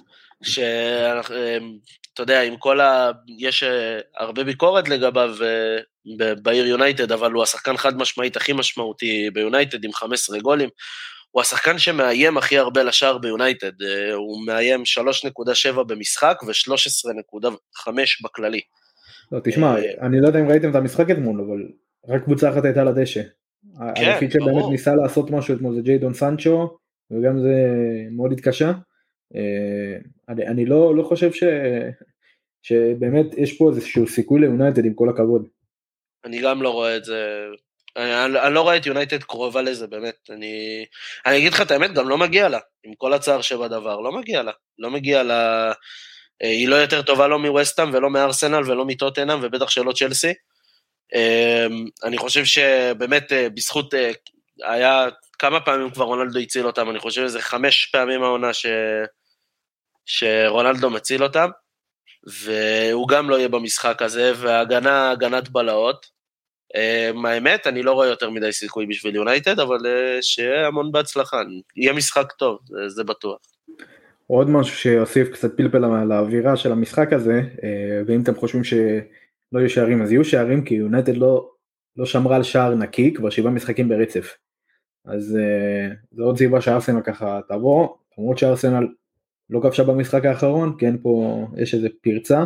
שאתה יודע, עם כל ה... יש הרבה ביקורת לגביו בעיר יונייטד, אבל הוא השחקן חד משמעית הכי משמעותי ביונייטד עם חמישה עשר גולים, הוא השחקן שמאיים הכי הרבה לשער ביונייטד, הוא מאיים שלוש נקודה שבע במשחק ו-שלוש עשרה נקודה חמש בכללי. לא, תשמע, אני לא יודע אם ראיתם את המשחק אתמול, אבל רק קבוצה אחת הייתה לדשא. היחיד שבאמת ניסה לעשות משהו אתמול זה ג'יידון סנצ'ו, וגם זה מאוד התקשה. אני, אני לא, לא חושב ש, שבאמת יש פה איזשהו סיכוי ליונייטד עם כל הכבוד. אני גם לא רואה את זה, אני, אני, אני לא רואה את יונייטד קרובה לזה, באמת. אני, אני אגיד לך את האמת, גם לא מגיע לה, עם כל הצער שבדבר, לא מגיע לה, לא מגיע לה, היא לא יותר טובה לא מווסטהאם ולא מארסנל ולא מטוטנהאם ובטח שלא צ'לסי. אני חושב שבאמת בזכות, היה כמה פעמים כבר רונלדו הציל אותם, אני חושב שזה חמש פעמים העונה ש... שרונלדו מציל אותם, והוא גם לא יהיה במשחק הזה, וההגנה, הגנת בלעות. האמת, אני לא רואה יותר מדי סיכוי בשביל יונייטד, אבל שיהיה המון בהצלחה, יהיה משחק טוב, זה, זה בטוח. עוד משהו שיוסיף קצת פלפל לאווירה של המשחק הזה, ואם אתם חושבים שלא יהיו שערים, אז יהיו שערים, כי יונייטד לא, לא שמרה על שער נקי, כבר שבעה משחקים ברצף. אז זה עוד סיבה שארסנל ככה תבוא, למרות שארסנל לא כבשה במשחק האחרון, כן פה יש איזה פרצה,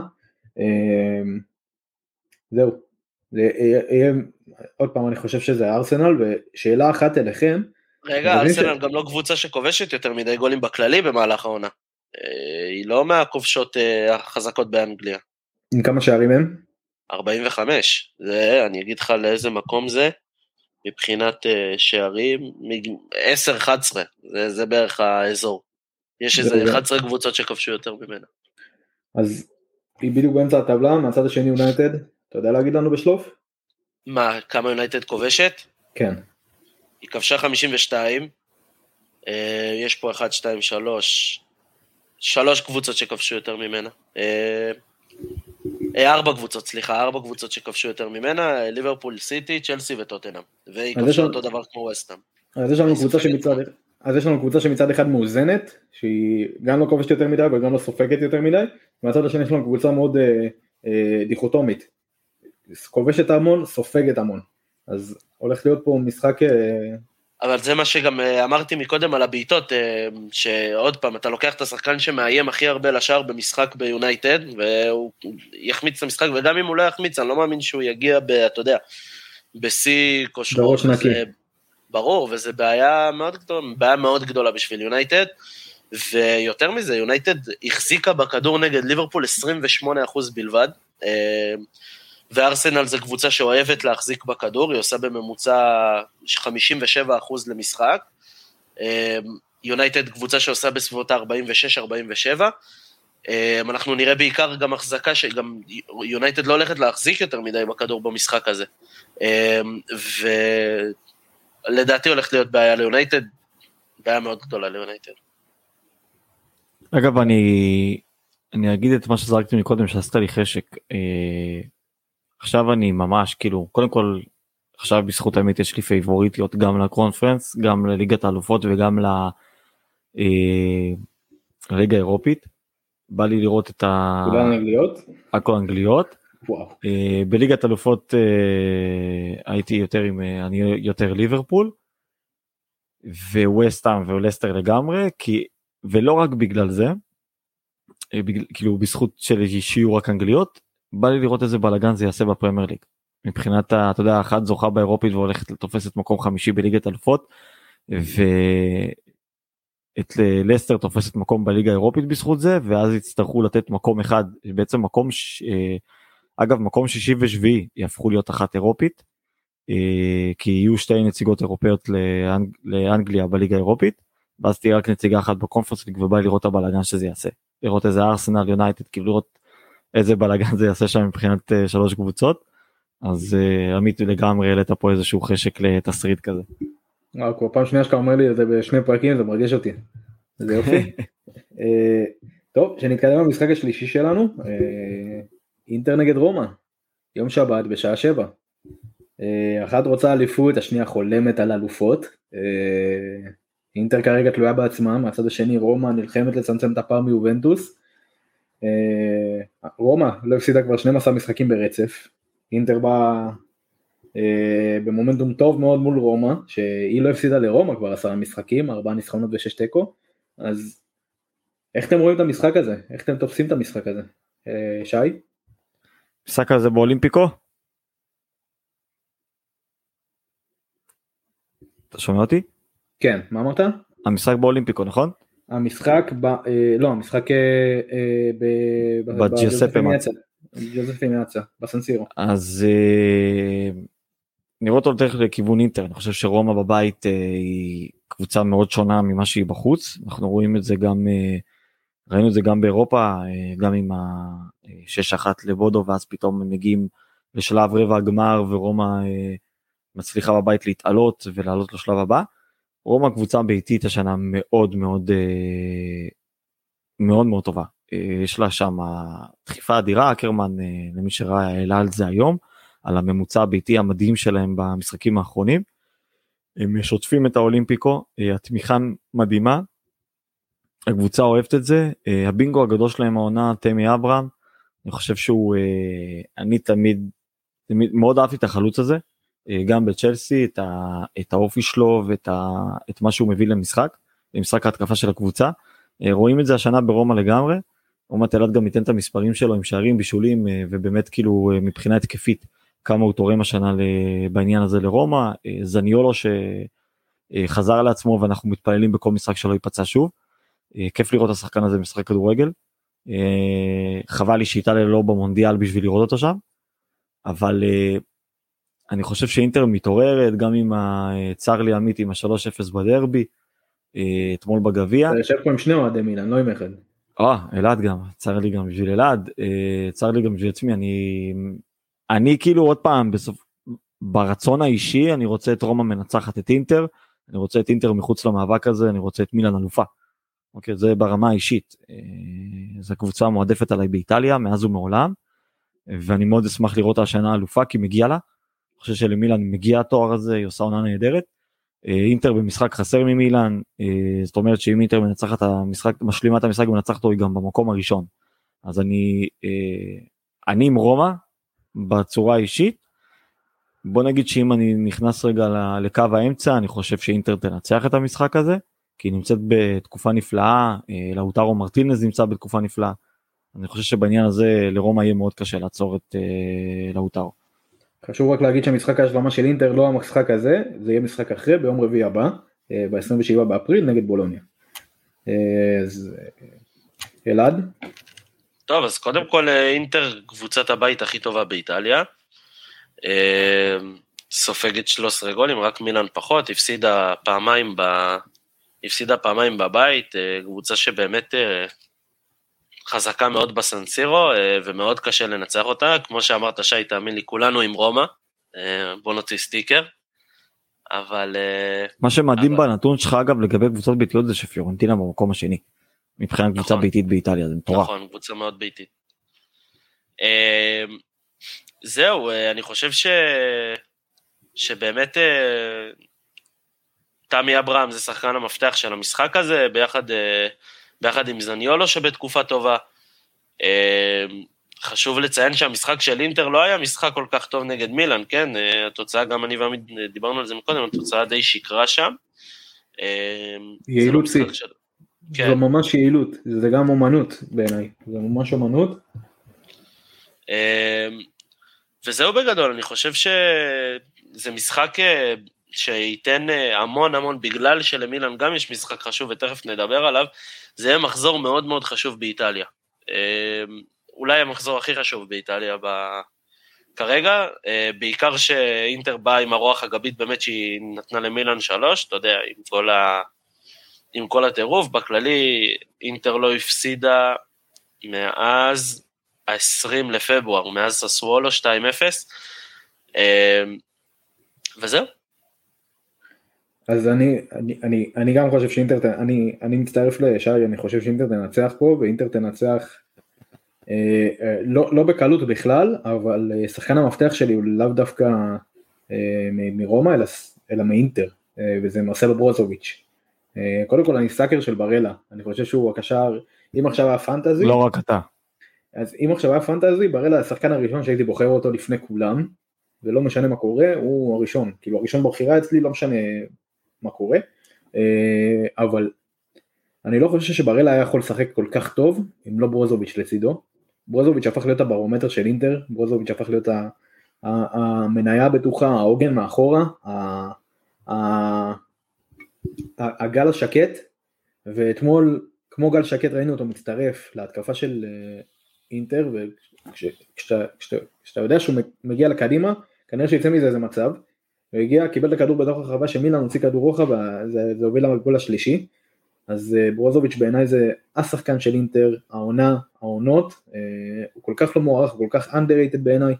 זהו, עוד פעם אני חושב שזה ארסנל, ושאלה אחת אליכם, רגע, ארסנל גם לא קבוצה שכובשת יותר מדי גולים בכללי במהלך העונה, היא לא מהכובשות החזקות באנגליה. עם כמה שערים הם? ארבעים וחמש, זה, אני אגיד לך לאיזה מקום זה, מבחינת שערים, עשר אחת עשרה, זה, זה בערך האזור. יש איזה אחת עשרה קבוצות שכבשו יותר ממנה. אז היא בדיוק באמצע הטבלה, מהצד השני יונייטד, אתה יודע להגיד לנו בשלוף? מה, כמה יונייטד כובשת? כן. היא כבשה חמישים ושתיים, יש פה אחת, שתיים, שלוש, שלוש קבוצות שכבשו יותר ממנה. ארבע קבוצות, סליחה, ארבע קבוצות שכבשו יותר ממנה, ליברפול, סיטי, צ'לסי וטוטנהאם. והיא כבשה אותו דבר כמו ווסטהאם. אז יש לנו קבוצה שמצד אז יש לנו קבוצה שמצד אחד מאוזנת, שהיא גם לא כובשת יותר מדי, וגם לא סופגת יותר מדי, ומהצד השני יש לנו קבוצה מאוד אה, אה, דיכוטומית, כובשת המון, סופגת המון, אז הולך להיות פה משחק... אה... אבל זה מה שגם אמרתי מקודם על הבעיטות, שעוד פעם, אתה לוקח את השחקן שמאיים הכי הרבה לשער במשחק ביונייטד, והוא יחמיץ את המשחק, וגם אם הוא לא יחמיץ, אני לא מאמין שהוא יגיע, ב, אתה יודע, בשיא כושרו. בראש נקי. ברור, וזו בעיה מאוד גדולה, בעיה מאוד גדולה בשביל יונייטד, ויותר מזה, יונייטד החזיקה בכדור נגד ליברפול עשרים ושמונה אחוז בלבד, וארסנל זה קבוצה שאוהבת להחזיק בכדור, היא עושה בממוצע חמישים ושבעה אחוז למשחק, יונייטד קבוצה שעושה בסביבות ארבעים ושש ארבעים ושבע, אנחנו נראה בעיקר גם החזקה, שגם יונייטד לא הולכת להחזיק יותר מדי בכדור במשחק הזה, ולדעתי הולכת להיות בעיה ליונייטד, בעיה מאוד גדולה ליונייטד. אגב, אני, אני אגיד את מה שזרקתי מקודם, שעשת לי חשק, עכשיו אני ממש, כאילו, קודם כל, עכשיו בזכות האמת יש לי פייבוריטיות גם לקונפרנס, גם לליגת האלופות וגם לליגה האירופית. בא לי לראות את ה... כולן אנגליות? הכל אנגליות. וואו. בליגת האלופות הייתי יותר עם, אני יותר ליברפול, וווסטהאם ולסטר לגמרי, כי, ולא רק בגלל זה, כאילו בזכות של שיהיו רק אנגליות, בא לי לראות איזה בלגן זה יעשה בפרמייר ליג. מבחינת, אתה יודע, אחת זוכה באירופית והולכת לתופסת מקום חמישי בליגת אלופות, ואת לסטר תופסת מקום בליגה האירופית בזכות זה, ואז יצטרכו לתת מקום אחד, בעצם מקום, ש... אגב, מקום שישי ושביעי יהפכו להיות אחת אירופית, כי יהיו שתי נציגות אירופאיות לאנג... לאנגליה בליגה האירופית, ואז תהיה רק נציגה אחת בקונפרנס ליג, ובא לי לראות הבלגן שזה יעשה. לראות איזה ארסנל יונייטד, כאילו לראות איזה בלגן זה יעשה שם מבחינת uh, שלוש קבוצות, אז uh, עמית לגמרי העלית פה איזשהו חשק לתסריט כזה. כבר פעם שנייה שאתה אומר לי את זה בשני פרקים, זה מרגש אותי, זה יופי. uh, טוב, שנתקדם במשחק השלישי שלנו, uh, אינטר נגד רומא, יום שבת בשעה שבע. Uh, אחת רוצה אליפות, השנייה חולמת על אלופות, uh, אינטר כרגע תלויה בעצמה, מהצד השני רומא נלחמת לצמצם את הפער מיובנטוס, רומא לא הפסידה כבר שנים עשר משחקים ברצף, אינטר באה במומנטום טוב מאוד מול רומא, שהיא לא הפסידה לרומא כבר עשרה משחקים, ארבעה ניצחונות ושש תיקו, אז איך אתם רואים את המשחק הזה? איך אתם תופסים את המשחק הזה? שי? המשחק הזה באולימפיקו? אתה שומע אותי? כן, מה אמרת? המשחק באולימפיקו, נכון? המשחק, ב, אה, לא, המשחק אה, אה, בג'וזפה מאצה. ג'וזפה מאצה, בסנסירו. אז אה, נראות יותר לכיוון אינטר, אני חושב שרומא בבית אה, היא קבוצה מאוד שונה ממה שהיא בחוץ, אנחנו רואים את זה גם, אה, ראינו את זה גם באירופה, אה, גם עם ה-שש אחת לבודו, ואז פתאום הם מגיעים לשלב רבע הגמר, ורומא אה, מצליחה בבית להתעלות ולעלות לשלב הבא. רומא קבוצה ביתית השנה מאוד מאוד מאוד מאוד טובה, יש לה שם דחיפה אדירה, אקרמן למי שראה העלה על זה היום, על הממוצע הביתי המדהים שלהם במשחקים האחרונים, הם שוטפים את האולימפיקו, התמיכה מדהימה, הקבוצה אוהבת את זה, הבינגו הגדול שלהם העונה תמי אברהם, אני חושב שהוא, אני תמיד, תמיד מאוד אהבתי את החלוץ הזה, גם בצ'לסי, את, ה, את האופי שלו ואת ה, את מה שהוא מביא למשחק, למשחק ההתקפה של הקבוצה, רואים את זה השנה ברומא לגמרי, רומא תלת גם ייתן את המספרים שלו עם שערים בישולים, ובאמת כאילו מבחינה התקפית, כמה הוא תורם השנה בעניין הזה לרומא, זניולו שחזר לעצמו ואנחנו מתפללים בכל משחק שלו ייפצע שוב, כיף לראות את השחקן הזה במשחק כדורגל, חבל לי שאיטליה לא במונדיאל בשביל לראות אותו שם, אבל אני חושב שאינטר מתעוררת, גם עם הצער לי עמית עם ה-שלוש אפס בדרבי, אתמול בגביע. אתה יושב פה עם שני אוהדי מילאן, לא עם אחד. אה, אלעד גם, צער לי גם בשביל אלעד, צער לי גם בשביל עצמי, אני, אני כאילו עוד פעם, בסוף, ברצון האישי, אני רוצה את רומא מנצחת את אינטר, אני רוצה את אינטר מחוץ למאבק הזה, אני רוצה את מילאן אלופה. אוקיי, זה ברמה האישית, זו קבוצה מועדפת עליי באיטליה, מאז ומעולם, ואני מאוד אשמח לראות השנה אלופה, כי מגיע לה, אני חושב שלמילאן מגיע התואר הזה, היא עושה עונה נהדרת, אינטר במשחק חסר ממילאן, זאת אומרת שאם אינטר מנצחת המשחק, משלימה את המשחק ומנצחת אותו, היא גם במקום הראשון, אז אני, אני עם רומא, בצורה האישית, בוא נגיד שאם אני נכנס רגע לקו האמצע, אני חושב שאינטר תנצח את המשחק הזה, כי היא נמצאת בתקופה נפלאה, לאוטרו מרטינז נמצא בתקופה נפלאה, אני חושב שבעניין הזה לרומא יהיה מאוד קשה לעצור את לאוטרו. חשוב רק להגיד שהמשחק ההשלמה של אינטר לא המשחק הזה, זה יהיה משחק אחרי ביום רביעי הבא, ב-עשרים ושבעה באפריל נגד בולוניה. אז אלעד? טוב, אז קודם כל אינטר קבוצת הבית הכי טובה באיטליה, סופגת שלושה עשר גולים, רק מילאן פחות, הפסידה פעמיים, ב... הפסידה פעמיים בבית, קבוצה שבאמת חזקה מאוד בסנסירו, ומאוד קשה לנצח אותה, כמו שאמרת שי, תאמין לי, כולנו עם רומא, בוא נוציא סטיקר, אבל... מה שמדהים אבל... בנתון שלך אגב לגבי קבוצות ביתיות זה שפיורנטינה במקום השני, מבחינת קבוצה נכון. ביתית באיטליה, זה מטורף. נכון, קבוצה מאוד ביתית. זהו, אני חושב ש... שבאמת תמי אברהם זה שחקן המפתח של המשחק הזה, ביחד... ביחד עם זניולו שבתקופה טובה. חשוב לציין שהמשחק של אינטר לא היה משחק כל כך טוב נגד מילאן, כן? התוצאה, גם אני ועמית דיברנו על זה מקודם, התוצאה די שקרה שם. יעילות סי. זו ממש יעילות, זה גם אומנות בעיניי, זה ממש אומנות. וזהו בגדול, אני חושב שזה משחק שייתן המון המון, בגלל שלמילאן גם יש משחק חשוב ותכף נדבר עליו, זה יהיה מחזור מאוד מאוד חשוב באיטליה. אולי המחזור הכי חשוב באיטליה כרגע, בעיקר שאינטר באה עם הרוח הגבית באמת שהיא נתנה למילאן שלוש, אתה יודע, עם כל, ה... עם כל הטירוף, בכללי אינטר לא הפסידה מאז ה-עשרים לפברואר, מאז ססוולו שתיים אפס, וזהו. אז אני, אני, אני, אני גם חושב שאינטר, אני, אני מצטרף לשי, אני חושב שאינטר תנצח פה, ואינטר תנצח אה, אה, לא, לא בקלות בכלל, אבל אה, שחקן המפתח שלי הוא לאו דווקא אה, מרומא, אלא, אלא מאינטר, אה, וזה מרסלו ברוזוביץ'. אה, קודם כל אני סאקר של ברלה, אני חושב שהוא הקשר, אם עכשיו היה פנטזי, לא רק אתה. אז אם עכשיו היה פנטזי, ברלה השחקן הראשון שהייתי בוחר אותו לפני כולם, ולא משנה מה קורה, הוא הראשון, כאילו הראשון בבחירה אצלי, לא משנה מה קורה, אבל אני לא חושב שבראלה היה יכול לשחק כל כך טוב, אם לא ברוזוביץ' לצידו, ברוזוביץ' הפך להיות הברומטר של אינטר, ברוזוביץ' הפך להיות המניה הבטוחה, העוגן מאחורה, הגל השקט, ואתמול, כמו גל שקט, ראינו אותו מצטרף להתקפה של אינטר, וכשאתה יודע שהוא מגיע לקדימה, כנראה שיצא מזה איזה מצב, הוא הגיע, קיבל את הכדור בתוך הרחבה, שמילן הוציא כדור רוחב, וזה הוביל לגול השלישי, אז ברוזוביץ' בעיניי זה השחקן של אינטר, העונה, העונות, הוא כל כך לא מוערך, כל כך underrated בעיניי,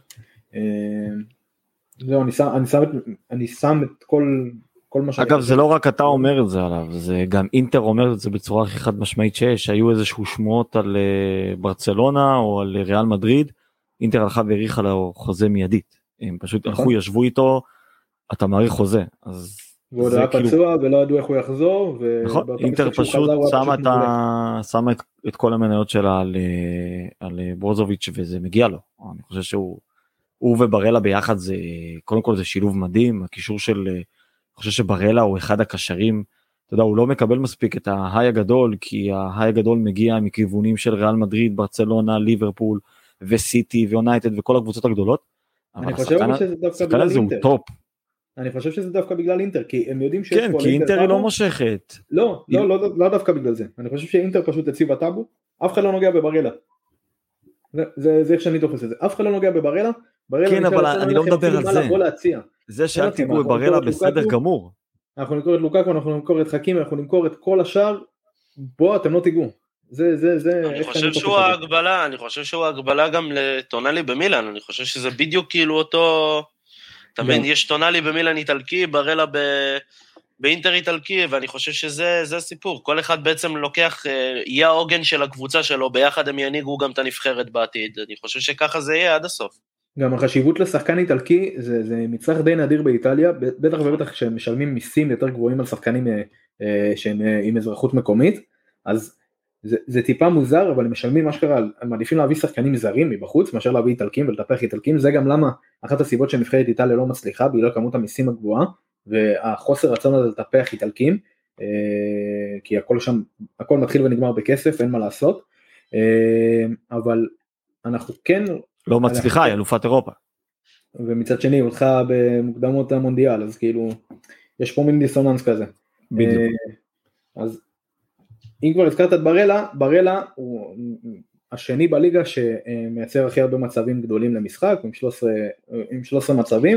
זהו, אני שם, אני שם, אני שם את כל, כל מה שאני... אגב, זה לא רק אתה אומר את זה עליו, זה גם אינטר אומר את זה בצורה הכי חד משמעית שיש, היו איזשהו שמועות על ברצלונה או על ריאל מדריד, אינטר הלכה והאריכה לו חוזה מיידית, הם פשוט הלכו, ישבו איתו, אתה מעריך חוזה, אז... ועוד היה פצוע ולא ידעו איך הוא יחזור, נכון, אינטר פשוט שמה את כל המניות שלה על ברוזוביץ' וזה מגיע לו, אני חושב שהוא, הוא ובראלה ביחד זה, קודם כל זה שילוב מדהים, הקישור של, אני חושב שבראלה הוא אחד הקשרים, אתה יודע, הוא לא מקבל מספיק את ההיי הגדול, כי ההיי הגדול מגיע מכיוונים של ריאל מדריד, ברצלונה, ליברפול וסיטי ויונייטד וכל הקבוצות הגדולות, אבל השחקן הזה הוא טופ. אני חושב שזה דווקא בגלל אינטר, כי הם יודעים שיש כן, כי אינטר היא לא מושכת. לא, לא, לא, לא דווקא בגלל זה. אני חושב שאינטר פשוט הציבה טאבו, אף אחד לא נוגע בברלה. זה איך שאני תופס את זה. אף אחד לא נוגע בברלה. כן, אבל אני לא מדבר על זה. זה שאל תיגעו בברלה בסדר גמור. אנחנו נמכור את לוקאקו, אנחנו נמכור את חכים, אנחנו נמכור את כל השאר, בוא, אתם לא תיגעו. זה, זה, זה... אני חושב שהוא ההגבלה, אני חושב שהוא ההגבלה גם לטונאלי במילאן, אני חושב שזה בדיוק כאילו אותו... תמיד יש טונאלי במילאן איטלקי, ברלה באינטר איטלקי, ואני חושב שזה הסיפור. כל אחד בעצם לוקח, יהיה העוגן של הקבוצה שלו, ביחד הם יניגו גם את הנבחרת בעתיד. אני חושב שככה זה יהיה עד הסוף. גם החשיבות לשחקן איטלקי, זה, זה מצרך די נדיר באיטליה, בטח ובטח שהם משלמים מיסים יותר גבוהים על שחקנים שהם עם אזרחות מקומית, אז זה, זה טיפה מוזר, אבל הם משלמים מה שקרה, הם מעדיפים להביא שחקנים זרים מבחוץ, מאשר להביא איטלקים ולטפח איטלקים, זה גם למה אחת הסיבות שנבחרת איטליה לא מצליחה, בגלל כמות המיסים הגבוהה, והחוסר רצון הזה לטפח איטלקים, כי הכל שם, הכל מתחיל ונגמר בכסף, אין מה לעשות, אבל אנחנו כן... לא מצליחה, היא אלופת אירופה. ומצד שני, היא הולכה במוקדמות המונדיאל, אז כאילו, יש פה מין דיסוננס כזה. בדיוק. אז... אם כבר הזכרת את ברלה, ברלה הוא השני בליגה שמייצר הכי הרבה מצבים גדולים למשחק, עם שלוש עשרה, עם שלוש עשרה מצבים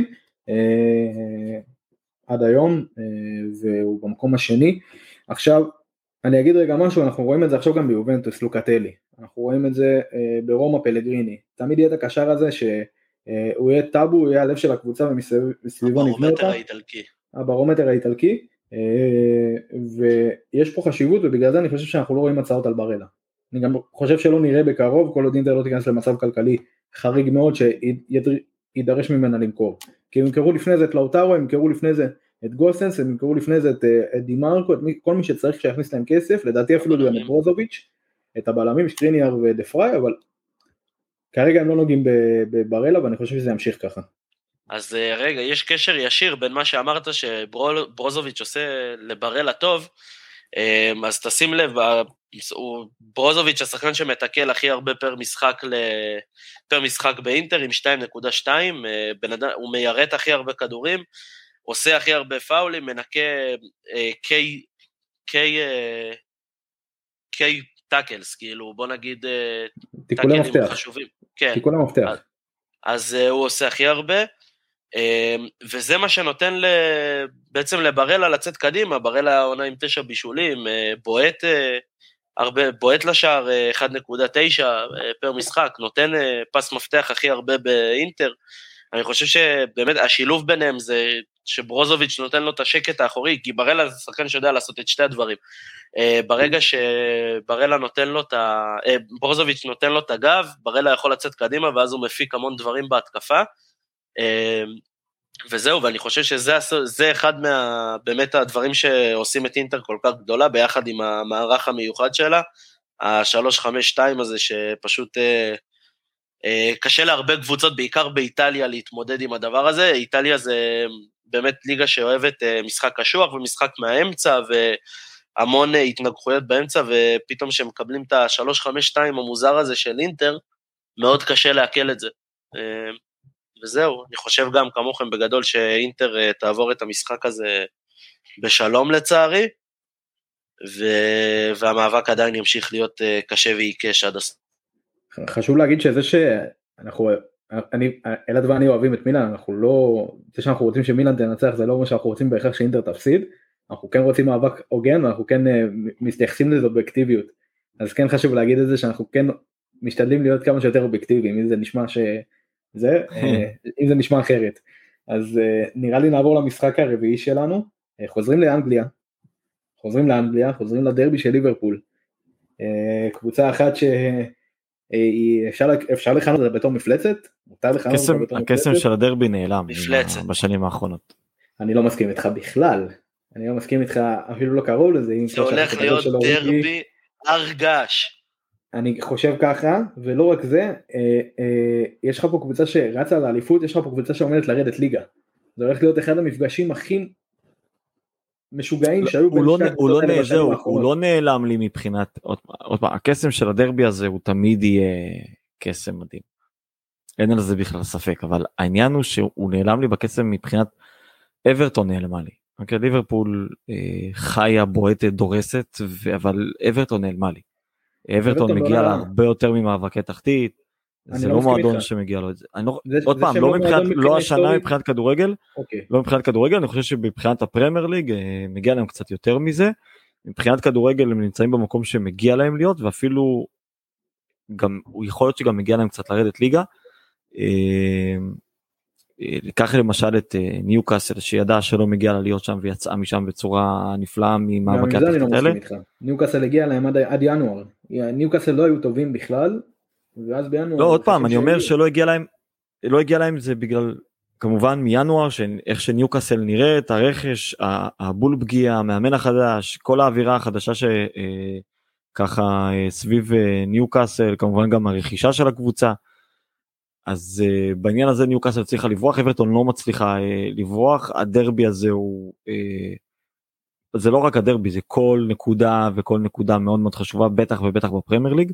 עד היום, והוא במקום השני. עכשיו, אני אגיד רגע משהו, אנחנו רואים את זה עכשיו גם ביובנטוס, לוקטלי, אנחנו רואים את זה ברומא פלגריני, תמיד יהיה את הקשר הזה שהוא יהיה טאבו, הוא יהיה הלב של הקבוצה ומסביבו נבנה אותה. הברומטר האיטלקי. הברומטר האיטלקי. ויש פה חשיבות, ובגלל זה אני חושב שאנחנו לא רואים הצעות על ברלה. אני גם חושב שלא נראה בקרוב, כל עוד אינטר לא תיכנס למצב כלכלי חריג מאוד שידרש ממנה למכור. כי הם ימכרו לפני זה את לאוטרו, הם ימכרו לפני זה את גוסנס, הם ימכרו לפני זה את, את דימרקו, את כל מי שצריך שיכניס להם כסף, לדעתי אפילו גם את ברוזוביץ', את הבלמים, שקריניאר ודפראי, אבל כרגע הם לא נוגעים בברלה, ואני חושב שזה ימשיך ככה. אז רגע, יש קשר ישיר בין מה שאמרת שברוזוביץ' עושה לברלה טוב, אז תשים לב, ברוזוביץ' השחקן שמתקל הכי הרבה פר משחק, פר משחק באינטר עם שתיים נקודה שתיים, הוא מיירט הכי הרבה כדורים, עושה הכי הרבה פאולים, מנקה קיי, קיי, קיי טאקלס, כאילו בוא נגיד טאקלים חשובים. תיקולי מפתח. אז הוא עושה הכי הרבה, וזה מה שנותן בעצם לברלה לצאת קדימה, ברלה עונה עם תשע בישולים, בועט הרבה, בועט לשער אחת נקודה תשע פר משחק, נותן פס מפתח הכי הרבה באינטר. אני חושב שבאמת השילוב ביניהם זה שברוזוביץ' נותן לו את השקט האחורי, כי ברלה זה שחקן שיודע לעשות את שתי הדברים. ברגע שברלה נותן לו את ה... ברוזוביץ' נותן לו את הגב, ברלה יכול לצאת קדימה, ואז הוא מפיק המון דברים בהתקפה. וזהו, ואני חושב שזה אחד מה... באמת הדברים שעושים את אינטר כל כך גדולה, ביחד עם המערך המיוחד שלה, ה-שלוש חמש שתיים הזה שפשוט קשה להרבה קבוצות, בעיקר באיטליה, להתמודד עם הדבר הזה. איטליה זה באמת ליגה שאוהבת משחק קשוח ומשחק מהאמצע, והמון התנגחויות באמצע, ופתאום שהם מקבלים את ה-שלוש חמש שתיים המוזר הזה של אינטר, מאוד קשה להקל את זה. וזהו, אני חושב גם כמוכם בגדול שאינטר תעבור את המשחק הזה בשלום לצערי, והמאבק עדיין ימשיך להיות קשה ועיקש עד הסוף. חשוב להגיד שזה שאנחנו, אני, אלעד ואני אוהבים את מילאן, אנחנו לא, זה שאנחנו רוצים שמילאן תנצח, זה לא אומר שאנחנו רוצים בהכרח שאינטר תפסיד, אנחנו כן רוצים מאבק הוגן, ואנחנו כן מתייחסים לזה באקטיביות, אז כן חשוב להגיד את זה, שאנחנו כן משתדלים להיות כמה שיותר אובייקטיביים, אם זה נשמע שזה, אם זה נשמע אחרת, אז נראה לי נעבור למשחק הרביעי שלנו, חוזרים לאנגליה, חוזרים לאנגליה, חוזרים לדרבי של ליברפול, קבוצה אחת ש... אפשר, אפשר לכנות את זה בתור מפלצת? מותר לכנות את זה בתור מפלצת? הקסם של הדרבי נעלם בשנים האחרונות. אני לא מסכים איתך בכלל, אני לא מסכים איתך אפילו לא קרוב לזה. זה הולך להיות דרבי הרגש. אני חושב ככה, ולא רק זה, יש לך פה קבוצה שרצה לאליפות, יש לך פה קבוצה שעומדת לרדת ליגה. זה הולך להיות אחד המפגשים הכי משוגעים שהיו בין שתי הקבוצות האלה בשנים האחרונות. הוא לא נעלם לי מבחינת, עוד פעם, הקסם של הדרבי הזה הוא תמיד יהיה קסם מדהים. אין על זה בכלל ספק, אבל העניין הוא שהוא נעלם לי בקסם מבחינת אברטון נעלמה לי. אוקיי, ליברפול חיה, בועטת, דורסת, אבל אברטון נעלמה לי. אברטון מגיע לה הרבה יותר ממאבקי תחתית, זה לא מועדון שמגיע לו את זה. עוד פעם, לא השנה מבחינת כדורגל, לא מבחינת כדורגל, אני חושב שבבחינת הפרמייר ליג מגיע להם קצת יותר מזה, מבחינת כדורגל הם נמצאים במקום שמגיע להם להיות, ואפילו גם, הוא יכול להיות שגם מגיע להם קצת לרדת ליגה, לקח למשל את ניוקאסל שידע שלא מגיע לה להיות שם ויצאה משם בצורה נפלאה ממאבקי התחתית האלה. ניוקאסל הגיע להם עד ינואר, ניוקאסל לא היו טובים בכלל, ואז בינואר... לא, עוד פעם, אני אומר שלא הגיע להם, לא הגיע להם זה בגלל, כמובן מינואר, איך שניוקאסל נראית, הרכש, הבול פגיעה, המאמן החדש, כל האווירה החדשה שככה סביב ניוקאסל, כמובן גם הרכישה של הקבוצה, אז uh, בעניין הזה ניוקאסל צריכה לברוח, אברטון לא מצליחה uh, לברוח, הדרבי הזה הוא, uh, זה לא רק הדרבי, זה כל נקודה וכל נקודה מאוד מאוד חשובה, בטח ובטח בפרמייר ליג,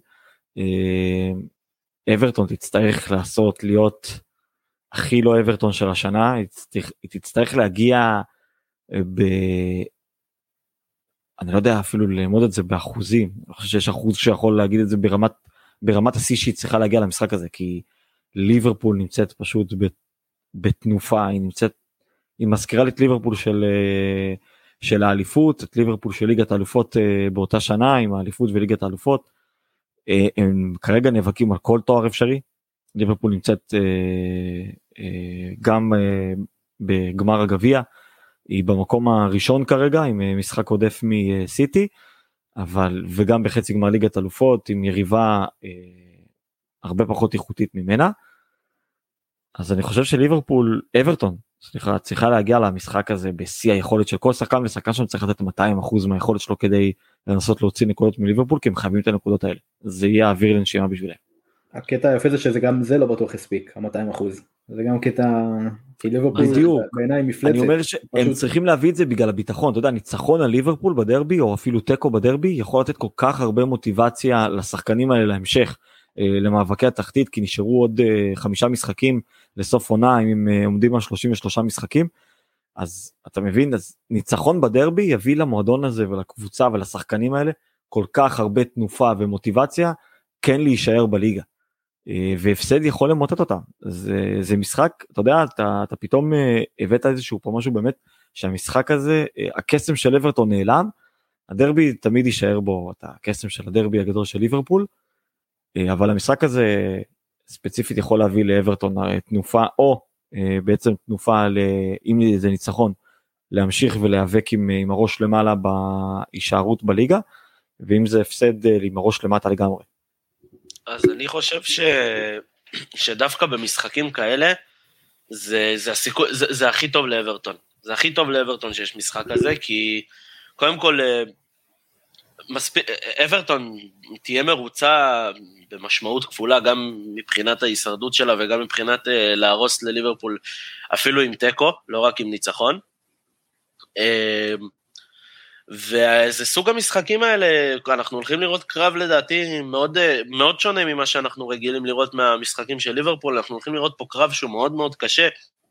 uh, אברטון תצטרך לעשות, להיות הכי לא אברטון של השנה, היא תצטרך, היא תצטרך להגיע uh, ב... אני לא יודע אפילו ללמוד את זה באחוזים, אני חושב שיש אחוז שיכול להגיד את זה ברמת, ברמת השיא שהיא צריכה להגיע למשחק הזה, כי ליברפול נמצאת פשוט בתנופה, היא נמצאת, היא מזכירה את ליברפול של, של האליפות, את ליברפול של ליגת האלופות באותה שנה, עם האליפות וליגת האלופות, הם כרגע נאבקים על כל תואר אפשרי, ליברפול נמצאת גם בגמר הגביע, היא במקום הראשון כרגע, עם משחק עודף מסיטי, אבל, וגם בחצי גמר ליגת האלופות, עם יריבה הרבה פחות איכותית ממנה, אז אני חושב שליברפול, אברטון, סליחה, צריכה להגיע למשחק הזה בשיא היכולת של כל שחקן, ושחקן שם צריך לתת מאתיים אחוז מהיכולת שלו כדי לנסות להוציא נקודות מליברפול, כי הם חייבים את הנקודות האלה, זה יהיה האוויר לנשימה בשבילם. הקטע היפה זה שזה גם זה לא בטוח הספיק, ה-מאתיים אחוז, זה גם קטע, כי ליברפול בעיניי מפלצת. אני אומר שהם צריכים להביא את זה בגלל הביטחון, אתה יודע, ניצחון על ליברפול בדרבי, או אפילו טקו בדרבי, יכול לתת כל כך הרבה מוטיבציה לשחקנים האלה להמשך, למאבקי התחתית, כי נשארו עוד חמישה משחקים לסוף עונה, אם הם עומדים על שלושים ושלושה משחקים, אז אתה מבין, אז ניצחון בדרבי יביא למועדון הזה ולקבוצה ולשחקנים האלה, כל כך הרבה תנופה ומוטיבציה, כן להישאר בליגה, והפסד יכול למוטט אותם, זה, זה משחק, אתה יודע, אתה, אתה פתאום הבאת איזשהו פה משהו באמת, שהמשחק הזה, הקסם של אברטון נעלם, הדרבי תמיד יישאר בו, את הקסם של הדרבי הגדול של ליברפול, אבל המשחק הזה ספציפית יכול להביא לאברטון תנופה, או בעצם תנופה, אם זה ניצחון, להמשיך ולהיאבק עם, עם הראש למעלה בהישארות בליגה, ואם זה הפסד עם הראש למטה לגמרי. אז אני חושב ש... שדווקא במשחקים כאלה, זה, זה, הסיכו... זה, זה הכי טוב לאברטון. זה הכי טוב לאברטון שיש משחק הזה, כי קודם כל, מספ... אברטון תהיה מרוצה במשמעות כפולה, גם מבחינת ההישרדות שלה, וגם מבחינת uh, להרוס לליברפול, אפילו עם טקו, לא רק עם ניצחון. Uh, וזה סוג המשחקים האלה, אנחנו הולכים לראות קרב לדעתי מאוד, מאוד שונה ממה שאנחנו רגילים לראות מהמשחקים של ליברפול, אנחנו הולכים לראות פה קרב שהוא מאוד מאוד קשה,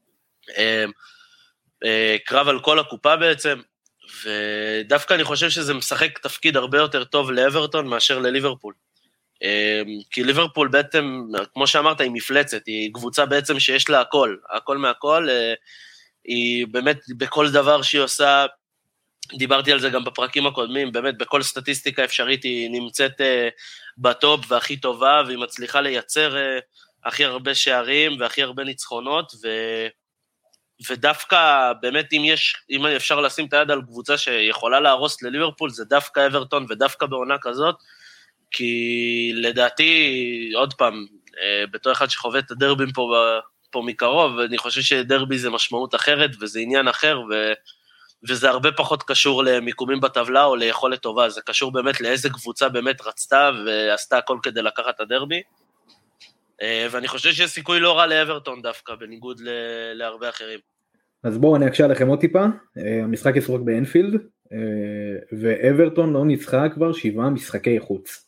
קרב על כל הקופה בעצם, ודווקא אני חושב שזה משחק תפקיד הרבה יותר טוב לאברטון מאשר לליברפול, כי ליברפול בעצם, כמו שאמרת, היא מפלצת, היא קבוצה בעצם שיש לה הכל, הכל מהכל, היא באמת בכל דבר שהיא עושה, דיברתי על זה גם בפרקים הקודמים, באמת בכל סטטיסטיקה אפשרית היא נמצאת uh, בטופ והכי טובה, והיא מצליחה לייצר uh, הכי הרבה שערים והכי הרבה ניצחונות, ו... ודווקא באמת אם יש, אם אפשר לשים את היד על קבוצה שיכולה להרוס לליברפול, זה דווקא אברטון ודווקא בעונה כזאת, כי לדעתי, עוד פעם, uh, בתור אחד שחווה את הדרבים פה, פה מקרוב, אני חושב שדרבי זה משמעות אחרת, וזה עניין אחר, ו... וזה הרבה פחות קשור למיקומים בטבלה או ליכולת טובה, זה קשור באמת לאיזה קבוצה באמת רצתה ועשתה הכל כדי לקחת את הדרבי, ואני חושב שיש סיכוי לא רע לאברטון דווקא, בניגוד להרבה אחרים. אז בואו אני אקשה לכם עוד טיפה, המשחק ישחק באנפילד, ואברטון לא ניצחה כבר שבעה משחקי חוץ.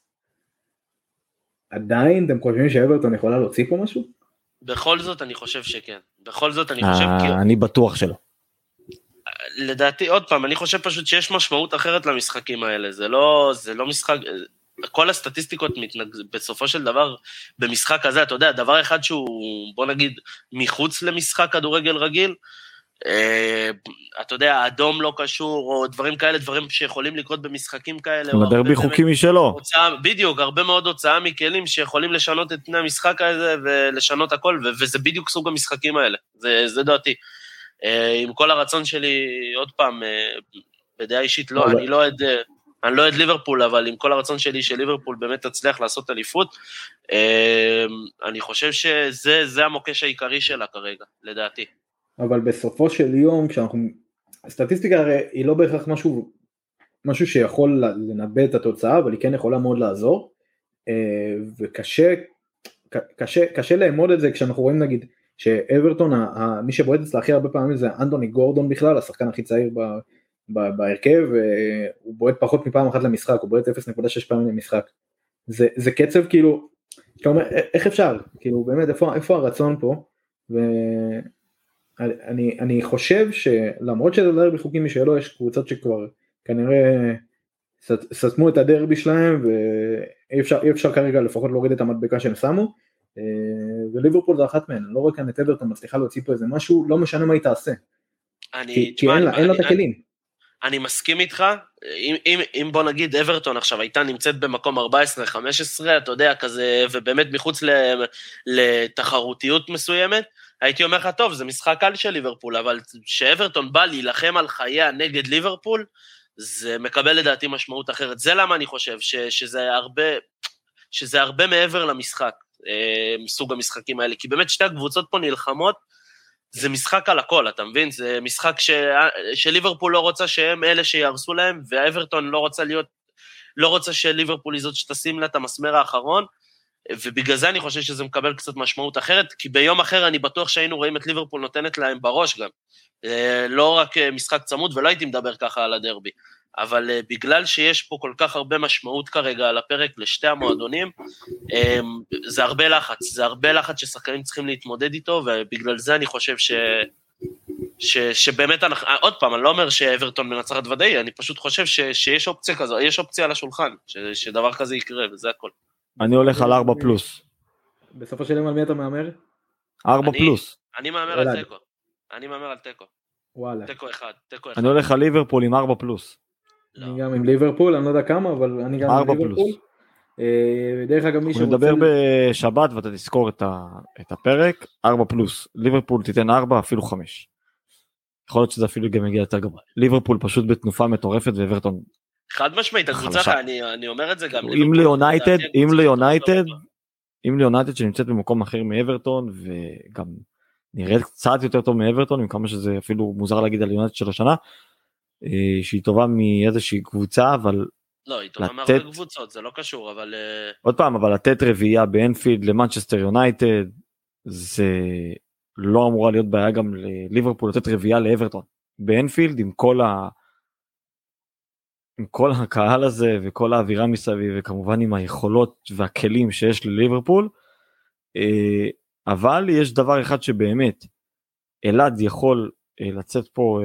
עדיין אתם חושבים שאברטון יכולה להוציא פה משהו? בכל זאת אני חושב שכן, בכל זאת אני חושב... אני בטוח שלא. לדעתי, עוד פעם, אני חושב פשוט שיש משמעות אחרת למשחקים האלה, זה לא, זה לא משחק, כל הסטטיסטיקות מתנג... בסופו של דבר, במשחק הזה, אתה יודע, דבר אחד שהוא, בוא נגיד, מחוץ למשחק כדורגל רגיל, אה, אתה יודע, האדום לא קשור, או דברים כאלה, דברים שיכולים לקרות במשחקים כאלה. מדרבי חוקי משלו. הוצאה, בדיוק, הרבה מאוד הוצאה מכלים שיכולים לשנות את פני המשחק הזה, ולשנות הכל, ו- וזה בדיוק סוג המשחקים האלה, זה, זה דעתי. עם כל הרצון שלי, עוד פעם, בדעה אישית, לא, אני לא עד, אני לא עד ליברפול, אבל עם כל הרצון שלי שליברפול באמת תצליח לעשות אליפות, אני חושב שזה, זה המוקש העיקרי שלה כרגע, לדעתי. אבל בסופו של יום, כשאנחנו, הסטטיסטיקה הרי היא לא בהכרח משהו, משהו שיכול לנבא את התוצאה, אבל היא כן יכולה מאוד לעזור, וקשה, קשה, קשה לאמוד את זה כשאנחנו רואים נגיד, שאברטון, מי שבועט אצלה הכי הרבה פעמים זה אנטוני גורדון בכלל, השחקן הכי צעיר בהרכב, הוא בועט פחות מפעם אחת למשחק, הוא בועט אפס נקודה שש פעמים למשחק, זה, זה קצב כאילו, אומר, איך אפשר, כאילו באמת איפה, איפה הרצון פה, ואני אני חושב שלמרות שזה דרבי חוקי משלו, יש קבוצות שכבר כנראה סתמו את הדרבי שלהם, ואי אפשר, אי אפשר כרגע לפחות להוריד את המדבקה שהם שמו, וליברפול זה אחת מהן, לא רואה כאן את אברטון מצליחה להוציא פה איזה משהו, לא משנה מה היא תעשה, כי אין לה את הכלים. אני מסכים איתך, אם בוא נגיד אברטון עכשיו הייתה נמצאת במקום ארבע עשרה חמש עשרה, אתה יודע כזה, ובאמת מחוץ לתחרותיות מסוימת, הייתי אומר לך טוב, זה משחק קל של ליברפול, אבל שאברטון בא להילחם על חייה נגד ליברפול, זה מקבל לדעתי משמעות אחרת, זה למה אני חושב שזה הרבה, שזה הרבה מעבר למשחק, מסוג המשחקים האלה, כי באמת שתי הקבוצות פה נלחמות, זה משחק על הכל, אתה מבין? זה משחק ש... שליברפול לא רוצה שהם אלה שיערסו להם, והאברטון לא רוצה להיות, לא רוצה שליברפול היא זאת שתשים לה את המסמר האחרון, ובגלל זה אני חושב שזה מקבל קצת משמעות אחרת, כי ביום אחר אני בטוח שהיינו רואים את ליברפול נותנת להם בראש גם, לא רק משחק צמוד, ולא הייתי מדבר ככה על הדרבי, אבל uh, בגלל שיש פה כל כך הרבה משמעות כרגע על הפרק לשתי המועדונים, um, זה הרבה לחץ, זה הרבה לחץ ששחקנים צריכים להתמודד איתו, ובגלל זה אני חושב ש... ש... שבאמת, אנחנו... עוד פעם, אני לא אומר שאברטון מנצחת ודאי, אני פשוט חושב ש... שיש אופציה כזו, יש אופציה על השולחן, ש... שדבר כזה יקרה, וזה הכל. אני הולך על ארבע פלוס. בסופו של יום על מי אתה מאמר? ארבע פלוס. אני מאמר על טקו, אני מאמר על טקו. וואלה. טקו אחד, טקו אחד. אני הולך על ליברפול עם ארבע פלוס. אני גם עם ליברפול, אני לא יודע כמה, אבל אני גם עם ליברפול. דרך אגב מי שרוצה... נדבר בשבת ואתה תזכור את הפרק, ארבע פלוס. ליברפול תיתן ארבע, אפילו חמש. יכול להיות שזה אפילו גם יגיע יותר גבוה. ליברפול פשוט בתנופה מטורפת ואברטון... חד משמעית, הקבוצה, אני אומר את זה גם. אם ליונייטד, אם ליונייטד, אם ליונייטד שנמצאת במקום אחר מאברטון, וגם נראית קצת יותר טוב מאברטון, עם כמה שזה אפילו מוזר להגיד על יונייטד של השנה, שהיא טובה מאיזושהי קבוצה, אבל לא, עיתונם מהרבה קבוצות, זה לא קשור, אבל... עוד פעם, אבל לתת רביעייה באנפילד למנצ'סטר יונייטד, זה לא אמורה להיות בעיה גם לליברפול לתת רביעייה לאברטון. באנפילד עם כל ה... עם כל הקהל הזה וכל האווירה מסביב, וכמובן עם היכולות והכלים שיש לליברפול, אבל יש דבר אחד שבאמת, אלעד יכול לצאת פה,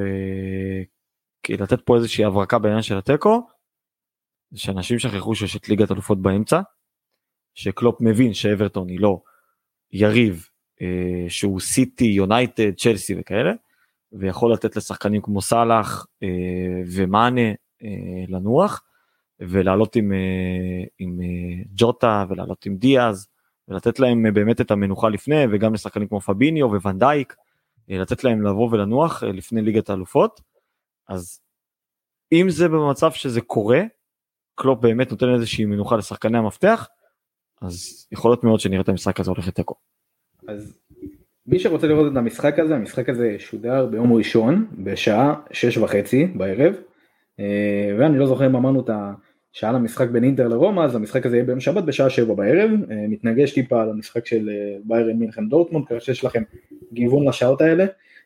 לתת פה איזושהי הברקה בעניין של הטקו, שאנשים שכחו שיש את ליגת אלופות באמצע, שקלופ מבין שאברטון היא לא יריב, שהוא סיטי, יונייטד, צ'לסי וכאלה, ויכול לתת לשחקנים כמו סלאח ומאנה לנוח, ולעלות עם, עם ג'וטה, ולעלות עם דיאז, ולתת להם באמת את המנוחה לפני, וגם לשחקנים כמו פביניו וונדייק, לתת להם לבוא ולנוח לפני ליגת האלופות. אז אם זה במצב שזה קורה, קלופ באמת נותן איזושהי מנוחה לשחקני המפתח, אז יכול להיות מאוד שנראה את המשחק הזה הולך לתיקו. אז מי שרוצה לראות את המשחק הזה, המשחק הזה שודר ביום ראשון, בשעה שש וחצי בערב, ואני לא זוכר אם אמרנו את השעה למשחק בין אינטר לרומא, אז המשחק הזה יהיה ביום שבת בשעה שבע בערב, מתנגש טיפה על המשחק של ביירן מינכן דורטמונד, ככה שיש לכם גיוון לשעות האלה,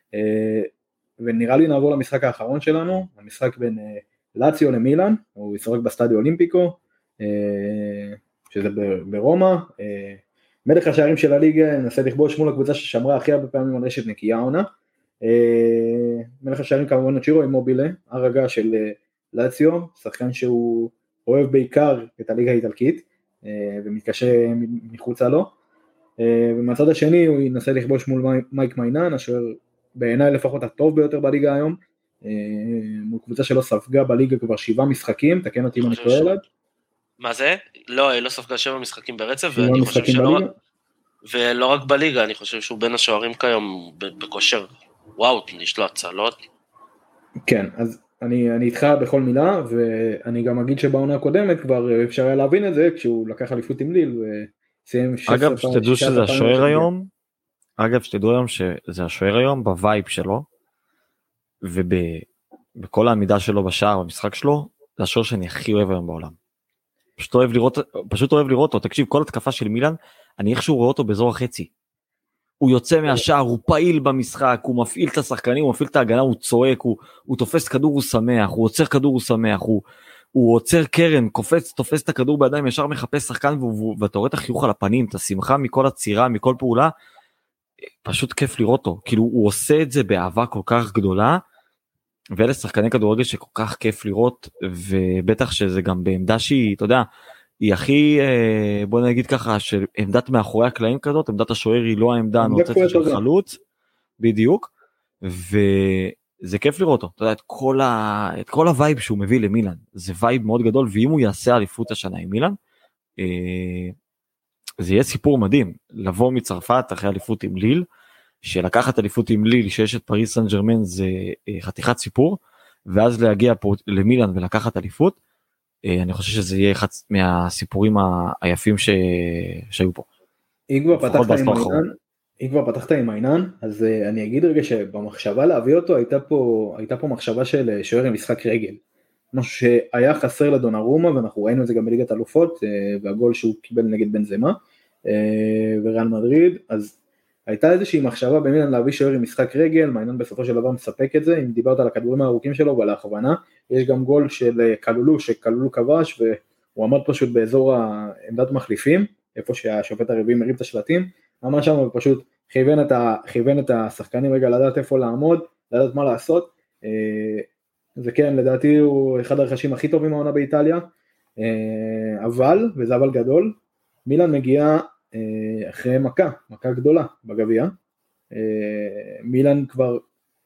ונראה לי נעבור למשחק האחרון שלנו, המשחק בין לאציו למילאן, הוא ישחק בסטדיו אולימפיקו, שזה ברומא, מלך השערים של הליגה, ננסה לכבוש מול הקבוצה ששמרה הכי הרבה פעמים על רשת נקייה עונה, מלך השערים כמובן צ'ירו אימובילה, הרגע של לאציו, שחקן שהוא אוהב בעיקר את הליגה האיטלקית, ומתקשה מחוצה לו, ומהצד השני הוא ינסה לכבוש מול מייק מיינן, אשר בעיניי לפחות הטוב ביותר בליגה היום, מול קבוצה שלא ספגה בליגה כבר שבעה משחקים, תקן אותי אם אני טועה אליו. מה זה? לא, היא לא ספגה שבע משחקים ברצף, ואני חושב שלא, ולא רק בליגה, אני חושב שהוא בין השוערים כיום בכושר, וואו, יש לו הצלות. כן, אז אני, אני איתך בכל מילה, ואני גם אגיד שבעונה הקודמת כבר אפשר היה להבין את זה, כשהוא לקח אליפות עם ליל, וסיים שש עשרה... אגב, שתדעו שזה השוער היום, אגב, שתדעו היום שזה השוער היום בווייב שלו, ובכל העמידה שלו בשער, במשחק שלו, זה השוער שאני הכי אוהב היום בעולם. פשוט אוהב לראות, פשוט אוהב לראות אותו, תקשיב, כל התקפה של מילאן, אני איכשהו רואה אותו באזור החצי. הוא יוצא מהשער, הוא פעיל במשחק, הוא מפעיל את השחקנים, הוא מפעיל את ההגנה, הוא צועק, הוא, הוא תופס כדור, הוא שמח, הוא עוצר כדור, הוא שמח, הוא, הוא עוצר קרן, קופץ, תופס את הכדור בידיים, ישר מחפש שחקן, ואתה רואה את החיוך על הפנים, את השמחה מכל הצירה, מכל פעולה, פשוט כיף לראות אותו, כאילו הוא עושה את זה באהבה כל כך גדולה, ואלה שחקני כדורגל שכל כך כיף לראות, ובטח שזה גם בעמדה שהיא, אתה יודע, היא הכי, בוא נגיד ככה, שעמדת מאחורי הקלעים כזאת, עמדת השוער היא לא העמדה הנוצצת של חלוץ, בדיוק, וזה כיף לראות אותו, אתה יודע, את כל, ה... את כל הווייב שהוא מביא למילאן, זה וייב מאוד גדול, ואם הוא יעשה אליפות השנה עם מילאן, זה יהיה סיפור מדהים, לבוא מצרפת אחרי אליפות עם ליל, שלקחת אליפות עם ליל, שיש את פריס סן ג'רמן, זה חתיכת סיפור, ואז להגיע פה למילאן ולקחת אליפות, אני חושב שזה יהיה אחד מהסיפורים היפים ש... שהיו פה. אם כבר פתחת עם העינן, אם כבר פתחת עם העינן, אז אני אגיד רגע שבמחשבה להביא אותו, הייתה פה, הייתה פה מחשבה של שוער עם משחק רגל, משהו שהיה חסר לדונרומה, ואנחנו ראינו את זה גם בליגת אלופות, והגול שהוא קיבל נגד בנזמה, וריאל מדריד, אז הייתה איזושהי מחשבה במילאן להביא שוער עם משחק רגל, מעניין בסופו של דבר מספק את זה, אם דיברת על הכדורים הארוכים שלו ועל ההכוונה, יש גם גול של קלולו, שקלולו כבש, והוא עמד פשוט באזור עמדת מחליפים, איפה שהשופט הרביעי מרים את השלטים, עמד שם ופשוט כיוון את, ה, כיוון את השחקנים רגע לדעת איפה לעמוד, לדעת מה לעשות, זה כן, לדעתי הוא אחד הרכשים הכי טובים מהעונה באיטליה, אבל, וזה אבל גדול, מילאן מגיעה אחרי מכה, מכה גדולה בגביע, מילאן כבר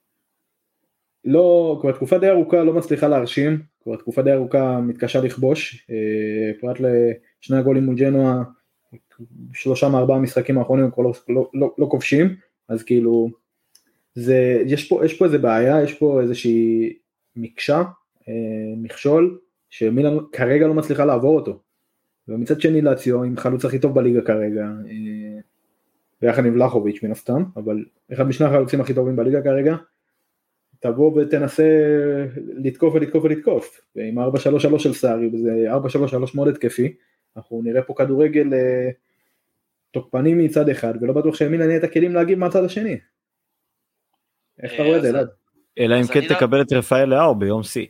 לא, כבר תקופה די ארוכה לא מצליחה להרשים, כבר תקופה די ארוכה מתקשה לכבוש, פרט לשני הגולים מול ג'נואה, שלושה מארבעה משחקים האחרונים כבר לא, לא, לא, לא כובשים, אז כאילו, זה, יש פה, יש פה איזה בעיה, יש פה איזושהי מקשה, מכשול, שמילאן כרגע לא מצליחה לעבור אותו, ומצד שני לאציו, עם חלוץ הכי טוב בליגה כרגע, ביחד עם ולחוביץ' מן הסתם, אבל אחד משני החלוצים הכי טובים בליגה כרגע, תבוא ותנסה לתקוף ולתקוף ולתקוף, עם ארבע שלוש שלוש של סארי, וזה ארבע שלוש שלוש מאוד התקפי, אנחנו נראה פה כדורגל תוקפני מצד אחד, ולא בטוח שמילאן יהיה את הכלים להגיב מהצד השני. איך אתה רואה את זה, אלעד? אלא אם כן תקבל את רפאל לאו ביום שיא.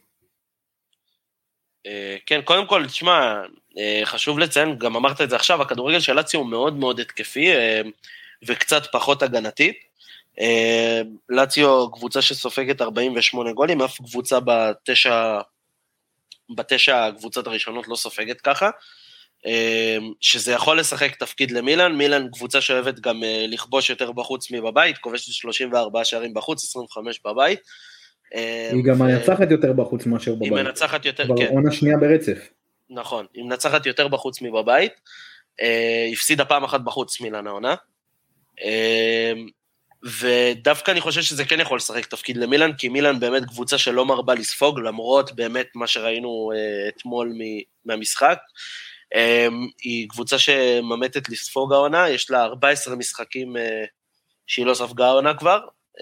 כן, קודם כל, תשמע, חשוב לציין, גם אמרת את זה עכשיו, הכדורגל של לאציו הוא מאוד מאוד התקפי, וקצת פחות הגנתית. לאציו קבוצה שסופגת ארבעים ושמונה גולים, אף קבוצה בתשע, בתשע הקבוצות הראשונות לא סופגת ככה, שזה יכול לשחק תפקיד למילאן, מילאן קבוצה שאוהבת גם לכבוש יותר בחוץ מבבית, כובשת שלושים וארבעה שערים בחוץ, עשרים וחמש בבית. היא גם מנצחת יותר בחוץ מאשר בבית. היא מנצחת יותר, כן. בעונה שנייה ברצף. נכון, היא מנצחת יותר בחוץ מבבית, הפסידה פעם אחת בחוץ מילאן העונה, ודווקא אני חושב שזה כן יכול לשחק תפקיד למילאן, כי מילאן באמת קבוצה שלא מרבה לספוג, למרות באמת מה שראינו אתמול מהמשחק, היא קבוצה שממתת לספוג העונה, יש לה ארבעה עשר משחקים שהיא לא ספגה העונה כבר,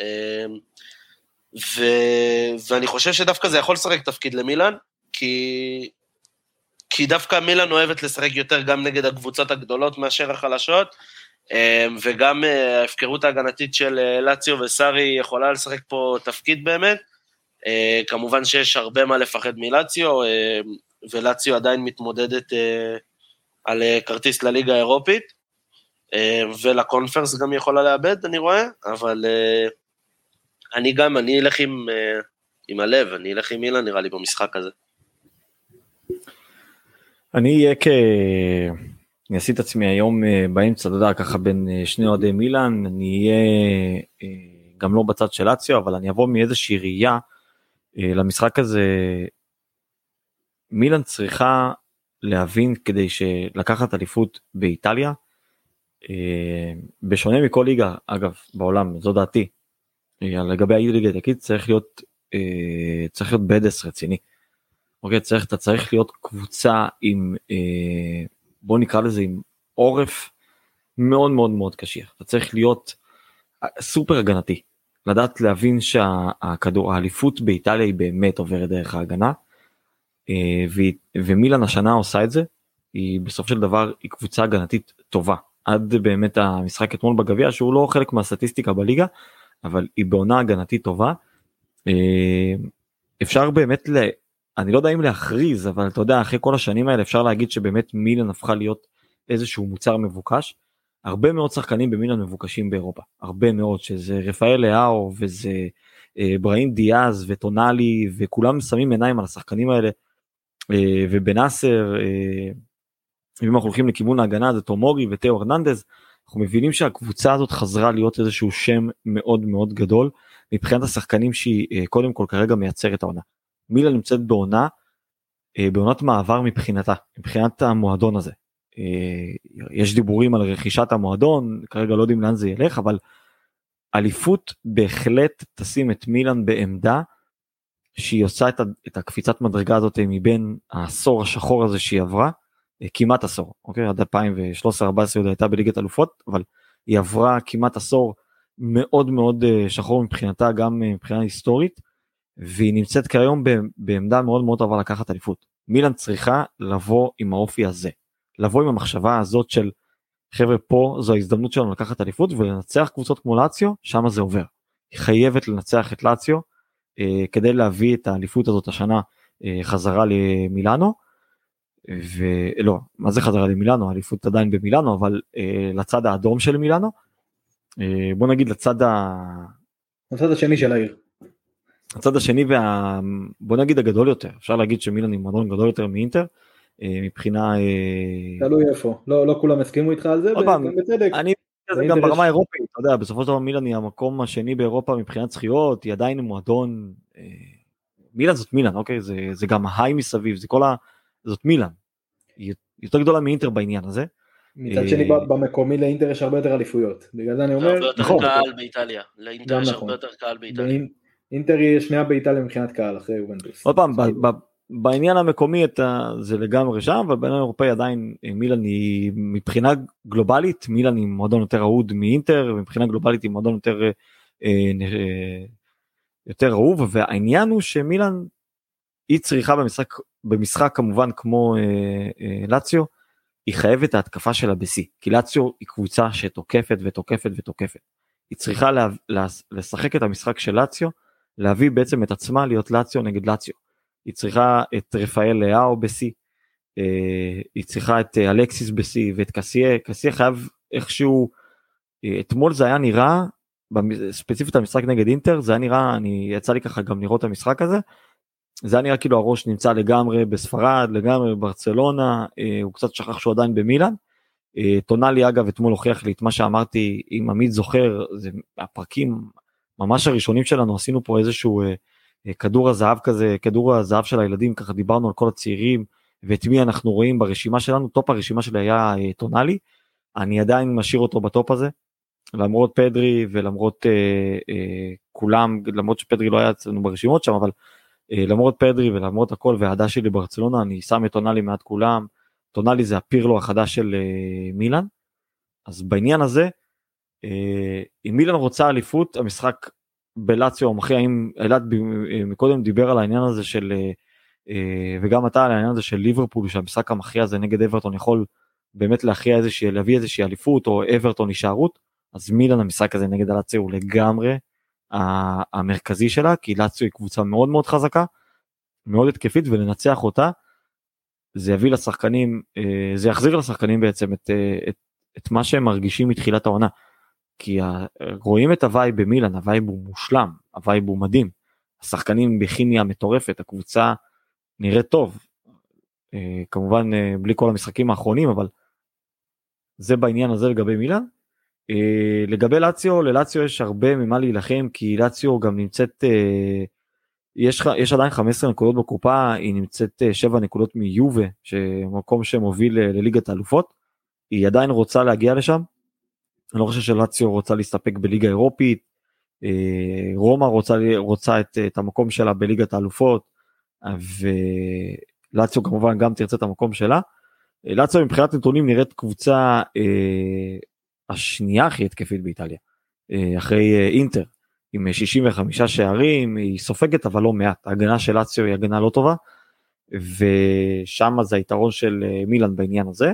ו... ואני חושב שדווקא זה יכול לשחק תפקיד למילאן, כי... כי דווקא מילאן אוהבת לשחק יותר גם נגד הקבוצות הגדולות מאשר החלשות, וגם ההפקרות ההגנתית של לאציו וסארי יכולה לשחק פה תפקיד באמת, כמובן שיש הרבה מה לפחד מלאציו, ולאציו עדיין מתמודדת על כרטיס לליגה האירופית, ולקונפרנס גם יכולה לאבד, אני רואה, אבל אני גם, אני אלך עם, עם הלב, אני אלך עם מילאן נראה לי במשחק הזה. אני אהיה כ... אני אעשי את עצמי היום באמצע, אתה יודע, ככה בין שני אוהדי מילאן, אני אהיה גם לא בצד של לאציו, אבל אני אבוא מאיזושהי ראייה למשחק הזה. מילאן צריכה להבין כדי שלקחת אליפות באיטליה, בשונה מכל ליגה, אגב, בעולם, זו דעתי, לגבי הליגה האיטלקית צריך להיות, צריך להיות בדס רציני. אוקיי, צריך, אתה צריך להיות קבוצה עם, בוא נקרא לזה, עם עורף מאוד מאוד מאוד קשיר. אתה צריך להיות סופר הגנתי, לדעת להבין שהכדור, האליפות באיטליה היא באמת עוברת דרך ההגנה, ומילאן השנה עושה את זה, היא בסוף של דבר היא קבוצה הגנתית טובה, עד באמת המשחק אתמול בגביע, שהוא לא חלק מהסטטיסטיקה בליגה, אבל היא בעונה הגנתית טובה. אפשר באמת, לה, אני לא יודע אם להכריז, אבל אתה יודע, אחרי כל השנים האלה אפשר להגיד שבאמת מילאן הפכה להיות איזשהו מוצר מבוקש. הרבה מאוד שחקנים במילאן מבוקשים באירופה, הרבה מאוד, שזה רפאל לאו וזה בראים דיאז וטונאלי, וכולם שמים עיניים על השחקנים האלה, ובנאסר, אם אנחנו הולכים לכיוון ההגנה, זה תומורי וטאו הרננדז, אנחנו מבינים שהקבוצה הזאת חזרה להיות איזשהו שם מאוד מאוד גדול, מבחינת השחקנים שהיא קודם כל כרגע מייצרת העונה. מילאן נמצאת בעונה, בעונת מעבר מבחינתה, מבחינת המועדון הזה. יש דיבורים על רכישת המועדון, כרגע לא יודעים לאן זה ילך, אבל אליפות בהחלט תשים את מילאן בעמדה, שהיא עושה את הקפיצת מדרגה הזאת מבין העשור השחור הזה שהיא עברה, כמעט עשור, אוקיי? עד אלפיים ושלוש עשרה ארבע עשרה עוד הייתה בליגת אלופות, אבל היא עברה כמעט עשור מאוד מאוד שחור מבחינתה, גם מבחינה היסטורית, והיא נמצאת כיום בעמדה מאוד מאוד טובה לקחת אליפות. מילאן צריכה לבוא עם האופי הזה, לבוא עם המחשבה הזאת של, חבר'ה, פה זו ההזדמנות שלנו לקחת אליפות, ולנצח קבוצות כמו לאציו, שם זה עובר. היא חייבת לנצח את לאציו, אה, כדי להביא את האליפות הזאת השנה אה, חזרה למילאנו, ולא, מה זה חזרה למילאנו? האליפות עדיין במילאנו, אבל אה, לצד האדום של מילאנו, אה, בוא נגיד לצד ה... לצד השני של העיר. הצד השני, וה... בוא נגיד הגדול יותר, אפשר להגיד שמילאן היא מועדון גדול יותר מאינטר, מבחינה... תלוי איפה, לא, לא כולם הסכימו איתך על זה, וגם בצדק. אני, זה גם ברמה האירופית, אתה יודע, בסופו של דבר מילאן היא המקום השני באירופה מבחינת זכיות, היא עדיין מועדון, מילאן זאת מילאן, אוקיי, זה, זה גם ההיי מסביב, זה כל ה... זאת מילאן, היא יותר גדולה מאינטר בעניין הזה. מצד שני, במקומי לאינטר יש הרבה יותר אליפויות, בגלל זה אני אומר... הרבה יותר קהל באיטליה, לאינטר יש הרבה יותר קהל באיטליה. אינטר היא שנייה באיטליה מבחינת קהל, אחרי יובנטוס. עוד פעם, בעניין המקומי זה לגמרי שם, אבל בעניין האירופאי עדיין מילאן היא מבחינה גלובלית, מילאן היא מועדון יותר אהוד מאינטר, ומבחינה גלובלית היא מועדון יותר יותר אהוב, והעניין הוא שמילאן היא צריכה במשחק, במשחק כמובן כמו אה, אה, לאציו, היא חייבת ההתקפה שלה בסי, כי לאציו היא קבוצה שתוקפת ותוקפת ותוקפת. היא צריכה לה, לה, לשחק את המשחק של לאציו, להביא בעצם את עצמה להיות לאציו נגד לאציו. היא צריכה את רפאל לאו בסי, אה, היא צריכה את אה, אלקסיס בסי ואת קסיה, קסיה חייב איכשהו, אה, אתמול זה היה נראה, ספציפית המשחק נגד אינטר, זה היה נראה, אני יצא לי ככה גם לראות את המשחק הזה, זה היה נראה כאילו הראש נמצא לגמרי בספרד, לגמרי בברצלונה, אה, הוא קצת שכח שהוא עדיין במילאן, אה, טונאלי אגב אתמול הוכיח לי את מה שאמרתי, אם עמית זוכר, זה הפרקים ממש הראשונים שלנו, עשינו פה איזשהו אה, אה, כדור הזהב כזה, כדור הזהב של הילדים, ככה דיברנו על כל הצעירים, ואת מי אנחנו רואים ברשימה שלנו, טופ הרשימה שלי היה אה, טונאלי, אני עדיין משאיר אותו בטופ הזה, למרות פדרי ולמרות אה, אה, כולם, למרות שפדרי לא היה אצלנו ברשימות שם, אבל אה, למרות פדרי ולמרות הכל והעדה שלי ברצלונה, אני שם את טונאלי מעט כולם, טונאלי זה הפירלו החדש של אה, מילאן, אז בעניין הזה, אה, אם מילאן רוצה אליפות, המשחק בלאציו המכריע, אם אלעד מקודם דיבר על העניין הזה של, אה, אה, וגם אתה על העניין הזה של ליברפול, שהמשחק המכריע הזה נגד אברטון יכול באמת להכריע איזושהי, להביא איזושהי אליפות, או אברטון הישארות, אז מילאן המשחק הזה נגד לאציו הוא לגמרי המרכזי שלה, כי לאציו היא קבוצה מאוד מאוד חזקה, מאוד התקפית, ולנצח אותה, זה יביא לשחקנים, זה יחזיר לשחקנים בעצם את, את, את מה שהם מרגישים מתחילת העונה, כי רואים את הווייב במילאן, הווייב הוא מושלם, הווייב הוא מדהים, השחקנים בכימיה מטורפת, הקבוצה נראית טוב, כמובן בלי כל המשחקים האחרונים, אבל זה בעניין הזה לגבי מילאן. Uh, לגבי לאציו, ללאציו יש הרבה ממה להילחם, כי לאציו גם נמצאת, uh, יש, יש עדיין חמש עשרה נקודות בקופה, היא נמצאת uh, שבע נקודות מיובה, שמקום שמוביל uh, לליגת האלופות, היא עדיין רוצה להגיע לשם, אני לא חושב שלאציו רוצה להסתפק בליגה אירופית, uh, רומא רוצה, רוצה את, את המקום שלה בליגת האלופות, ולאציו כמובן גם תרצה את המקום שלה, לאציו מבחינת נתונים נראית קבוצה, uh, השנייה הכי התקפית באיטליה, אחרי אינטר, עם שישים וחמישה שערים, היא סופגת אבל לא מעט, ההגנה של לאציו היא הגנה לא טובה, ושם זה היתרון של מילאן בעניין הזה.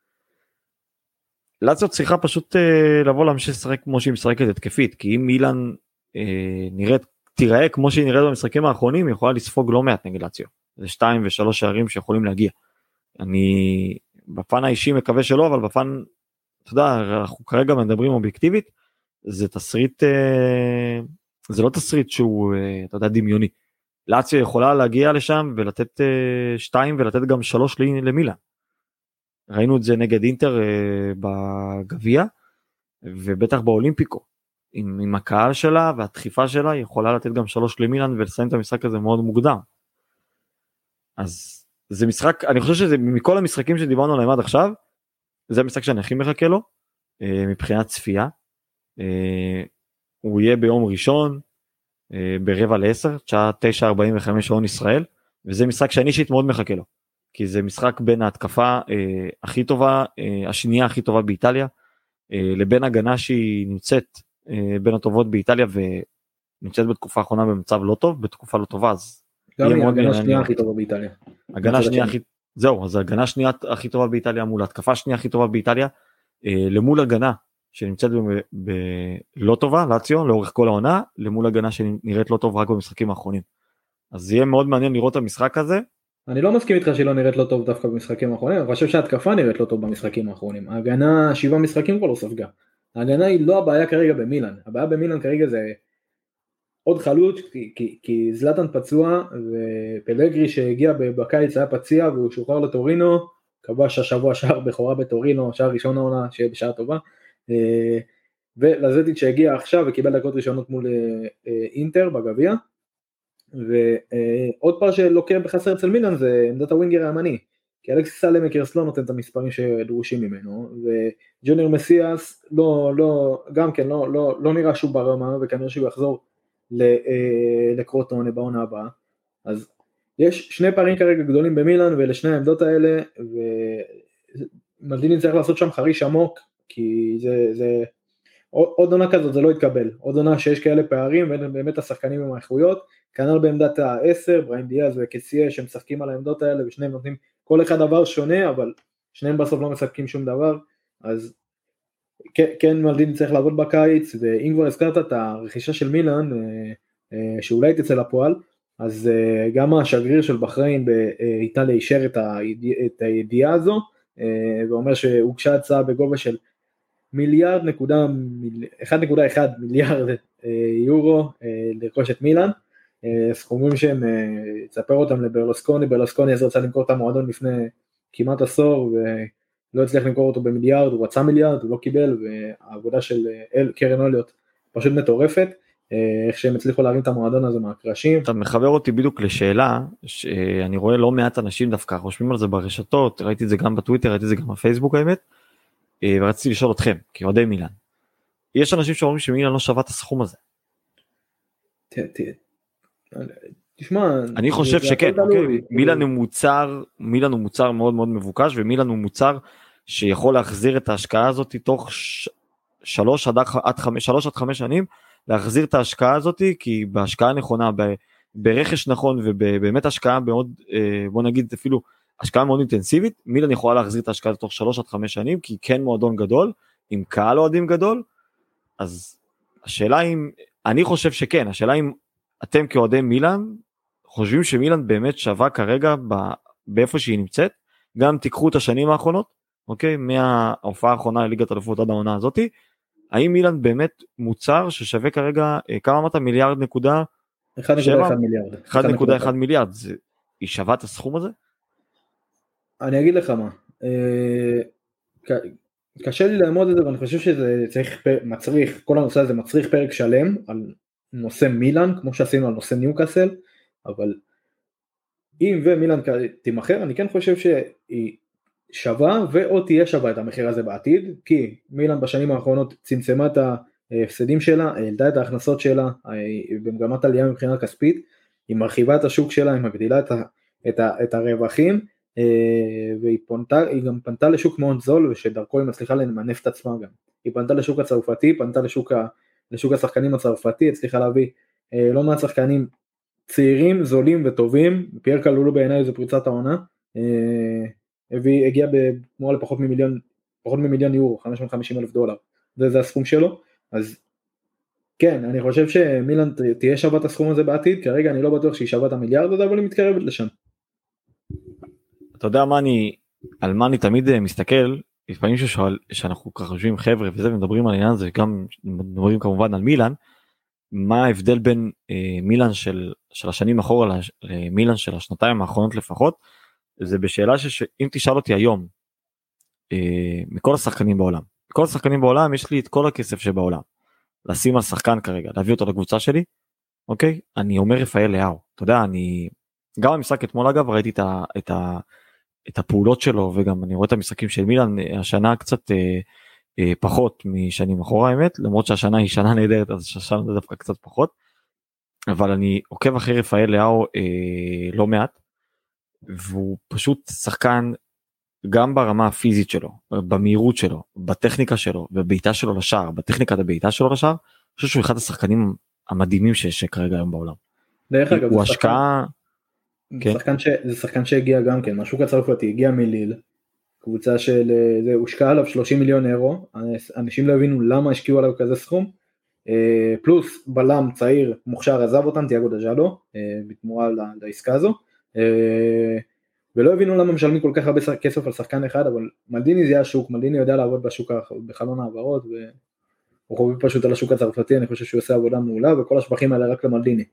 לאציו צריכה פשוט לבוא להמשיך לשחק כמו שהיא משחקת התקפית, כי אם מילאן נראית, תיראה כמו שהיא נראית במשחקים האחרונים, היא יכולה לספוג לא מעט נגד לאציו, זה שתיים ושלוש שערים שיכולים להגיע. אני בפן האישי מקווה שלא, אבל בפן אתה יודע, אנחנו כרגע מדברים אובייקטיבית, זה תסריט, זה לא תסריט שהוא, אתה יודע, דמיוני. לאציו יכולה להגיע לשם ולתת שתיים ולתת גם שלוש למילאן. ראינו את זה נגד אינטר בגביע, ובטח באולימפיקו. עם, עם הקהל שלה והדחיפה שלה, היא יכולה לתת גם שלוש למילאן ולסיים את המשחק הזה מאוד מוקדם. אז זה משחק, אני חושב שזה מכל המשחקים שדיברנו עליהם עד עכשיו, זה המשחק שאני הכי מחכה לו, מבחינת צפייה, הוא יהיה ביום ראשון, ברבע לעשר, שעה תשע ארבעים וחמש שעון ישראל, וזה משחק שאני אישית מאוד מחכה לו, כי זה משחק בין ההתקפה הכי טובה, השנייה הכי טובה באיטליה, לבין הגנה שהיא נמצאת בין הטובות באיטליה, ונמצאת בתקופה האחרונה במצב לא טוב, בתקופה לא טובה, אז... גם היא הגנה השנייה הכי טובה באיטליה. הגנה השנייה הכי... זהו, אז הגנה השנייה הכי טובה באיטליה מול התקפה השנייה הכי טובה באיטליה, אה, למול הגנה שנמצאת בלא טובה, לאציו, לאורך כל העונה, למול הגנה שנראית לא טוב רק במשחקים האחרונים. אז יהיה מאוד מעניין לראות את המשחק הזה. אני לא מסכים איתך שהיא לא נראית לא טוב דווקא במשחקים האחרונים, אני חושב שההתקפה נראית לא טוב במשחקים האחרונים. ההגנה, שבעה משחקים כבר לא ספגה. ההגנה היא לא הבעיה כרגע במילאן, הבעיה במילאן כרגע זה עוד חלוץ, כי, כי, כי זלטן פצוע, ופלגרי שהגיע בקיץ היה פציע, והוא שוחרר לטורינו, כבש השבוע שער בכורה בטורינו, שער ראשון העונה, שיהיה בשעה טובה, ולזטיץ' שהגיע עכשיו, וקיבל דקות ראשונות מול אינטר בגביע, ועוד פעם שלוקח בחסר אצל מילאן, זה עמדת הווינגר הימני, כי אלכסיס סלמקרס לא נותן את המספרים שדרושים ממנו, וג'וניור מסיאס, לא, לא, גם כן, לא, לא, לא נראה שהוא ברמה, וכנראה שהוא יחזור, לקרוטון בעונה הבאה. אז יש שני פערים כרגע גדולים במילאן ולשני העמדות האלה, ומלדיני צריך לעשות שם חריש עמוק, כי זה, זה עוד עונה כזאת זה לא יתקבל, עוד עונה שיש כאלה פערים, ובאמת השחקנים עם האיכויות, כנ"ל בעמדת העשר, בריין דיאז וקסיה שמשחקים על העמדות האלה, ושניהם נותנים כל אחד דבר שונה, אבל שניהם בסוף לא מספקים שום דבר, אז כן, כן מלדיני צריך לעבוד בקיץ, ואם כבר הזכרת את הרכישה של מילאן, שאולי תצא לפועל, אז גם השגריר של בחריין באיטליה אישר את הידיעה הזו, ואומר שהוגשה הצעה בגובה של מיליארד נקודה, אחד נקודה אחד מיליארד יורו לרכוש את מילאן, סכומים שהם יצפר אותם לברלוסקוני, ברלוסקוני אז רצה למכור את המועדון לפני כמעט עשור, ולא הצליח למכור אותו במיליארד, הוא רצה מיליארד, הוא לא קיבל, והעבודה של קרן אוליוט פשוט מטורפת, איך שהם הצליחו להרים את המועדון הזה מהקרשים. אתה מחבר אותי בדיוק לשאלה, שאני רואה לא מעט אנשים דווקא חושבים על זה ברשתות, ראיתי את זה גם בטוויטר, ראיתי את זה גם בפייסבוק האמת, ורציתי לשאול אתכם, כאוהדי מילאן, יש אנשים שאומרים שמילאן לא שווה את הסכום הזה. תשמע, אני חושב שכן, מילאן הוא מוצר, מילאן הוא מוצר מאוד מאוד מבוקש, ומילאן הוא מוצר שיכול להחזיר את ההשקעה הזאת תוך שלוש עד חמש, שלוש עד חמש שנים, להחזיר את ההשקעה הזאת, כי בהשקעה נכונה, ברכש נכון, ובאמת השקעה מאוד, בוא נגיד אפילו, השקעה מאוד אינטנסיבית, מילאן יכולה להחזיר את ההשקעה תוך שלוש עד חמש שנים, כי כן מועדון גדול, עם קהל אוהדים גדול, אז השאלה אם, אני חושב שכן, השאלה אם אתם כאוהדי מילאן, חושבים שמילאן באמת שווה כרגע, באיפה שהיא נמצאת, גם תיקחו את השנים האחרונות, אוקיי, מההופעה האחרונה לליגת האלופות עד העונה הזאת, האם מילאן באמת מוצר ששווה כרגע, כמה אמרת מיליארד נקודה? אחד נקודה אחד מיליארד. אחד נקודה אחד מיליארד, היא שווה את הסכום הזה? אני אגיד לך מה, קשה לי לעמוד את זה, ואני חושב שזה צריך, מצריך, כל הנושא הזה מצריך פרק שלם, על נושא מילאן, כמו שעשינו על נושא ניוקאסל, אבל אם ומילאן תימחר, אני כן חושב שהיא שווה, ועוד תהיה שווה את המחיר הזה בעתיד, כי מילאן בשנים האחרונות צמצמה את ההפסדים שלה, העלתה את ההכנסות שלה, במגמת עלייה מבחינה כספית, היא מרחיבה את השוק שלה, היא מגדילה את, ה, את, ה, את הרווחים, והיא פונתה, היא גם פנתה לשוק מאוד זול, ושדרכו היא מצליחה למנף את עצמה גם. היא פנתה לשוק הצרפתי, פנתה לשוק, ה, לשוק השחקנים הצרפתי, הצליחה להביא לא מעט שחקנים צעירים, זולים וטובים, פייר קלולו בעיניי זו פריצת העונה, הביא, הגיע בתמורה לפחות ממיליון, פחות ממיליון יורו, חמש מאות וחמישים אלף דולר, זה, זה הסכום שלו, אז כן, אני חושב שמילאן תהיה שווה את הסכום הזה בעתיד, כרגע אני לא בטוח שהיא שווה את המיליארד הזה, אבל היא מתקרבת לשם. אתה יודע מה אני, על מה אני תמיד מסתכל, לפעמים ששואל, שאנחנו ככה חושבים חבר'ה וזה, ומדברים על העניין הזה, גם מדברים כמובן על מילאן, מה ההבדל בין אה, מילאן של, של השנים אחורה למילאן של השנתיים האחרונות לפחות, זה בשאלה שאם תשאל אותי היום, אה, מכל השחקנים בעולם, מכל השחקנים בעולם יש לי את כל הכסף שבעולם, לשים על שחקן כרגע, להביא אותו לקבוצה שלי, אוקיי? אני אומר רפאל לאו, אתה יודע, אני, גם המשחק אתמול אגב, ראיתי את, ה, את, ה, את הפעולות שלו, וגם אני רואה את המשחקים של מילאן, השנה קצת אה, אה, פחות משנים אחורה האמת, למרות שהשנה היא שנה נהדרת, אז השנה זה דווקא קצת פחות, אבל אני עוקב אחרי רפאל לאו אה, לא מעט, והוא פשוט שחקן, גם ברמה הפיזית שלו, במהירות שלו, בטכניקה שלו, בבעיטה שלו לשער, בטכניקת הבעיטה שלו לשער, אני חושב שהוא אחד השחקנים המדהימים שיש כרגע היום בעולם. דרך אגב, הוא השקעה... זה שחקן, ש... זה שחקן שהגיע גם כן, מהשוק הצרפתי, הגיע מליל, קבוצה של, זה הושקע עליו שלושים מיליון אירו, אנשים לא הבינו למה השקיעו עליו כזה סכום, פלוס בלם צעיר מוכשר עזב אותם, תיאגו דז'אדו, בתמורה לעסקה הזו, ולא הבינו למה משלמים כל כך הרבה כסף על שחקן אחד, אבל מלדיני זה השוק, מלדיני יודע לעבוד בשוק בחלון העברות, והוא חוביב פשוט על השוק הצרפתי, אני חושב שהוא עושה עבודה מעולה, וכל השבחים האלה רק למלדיני.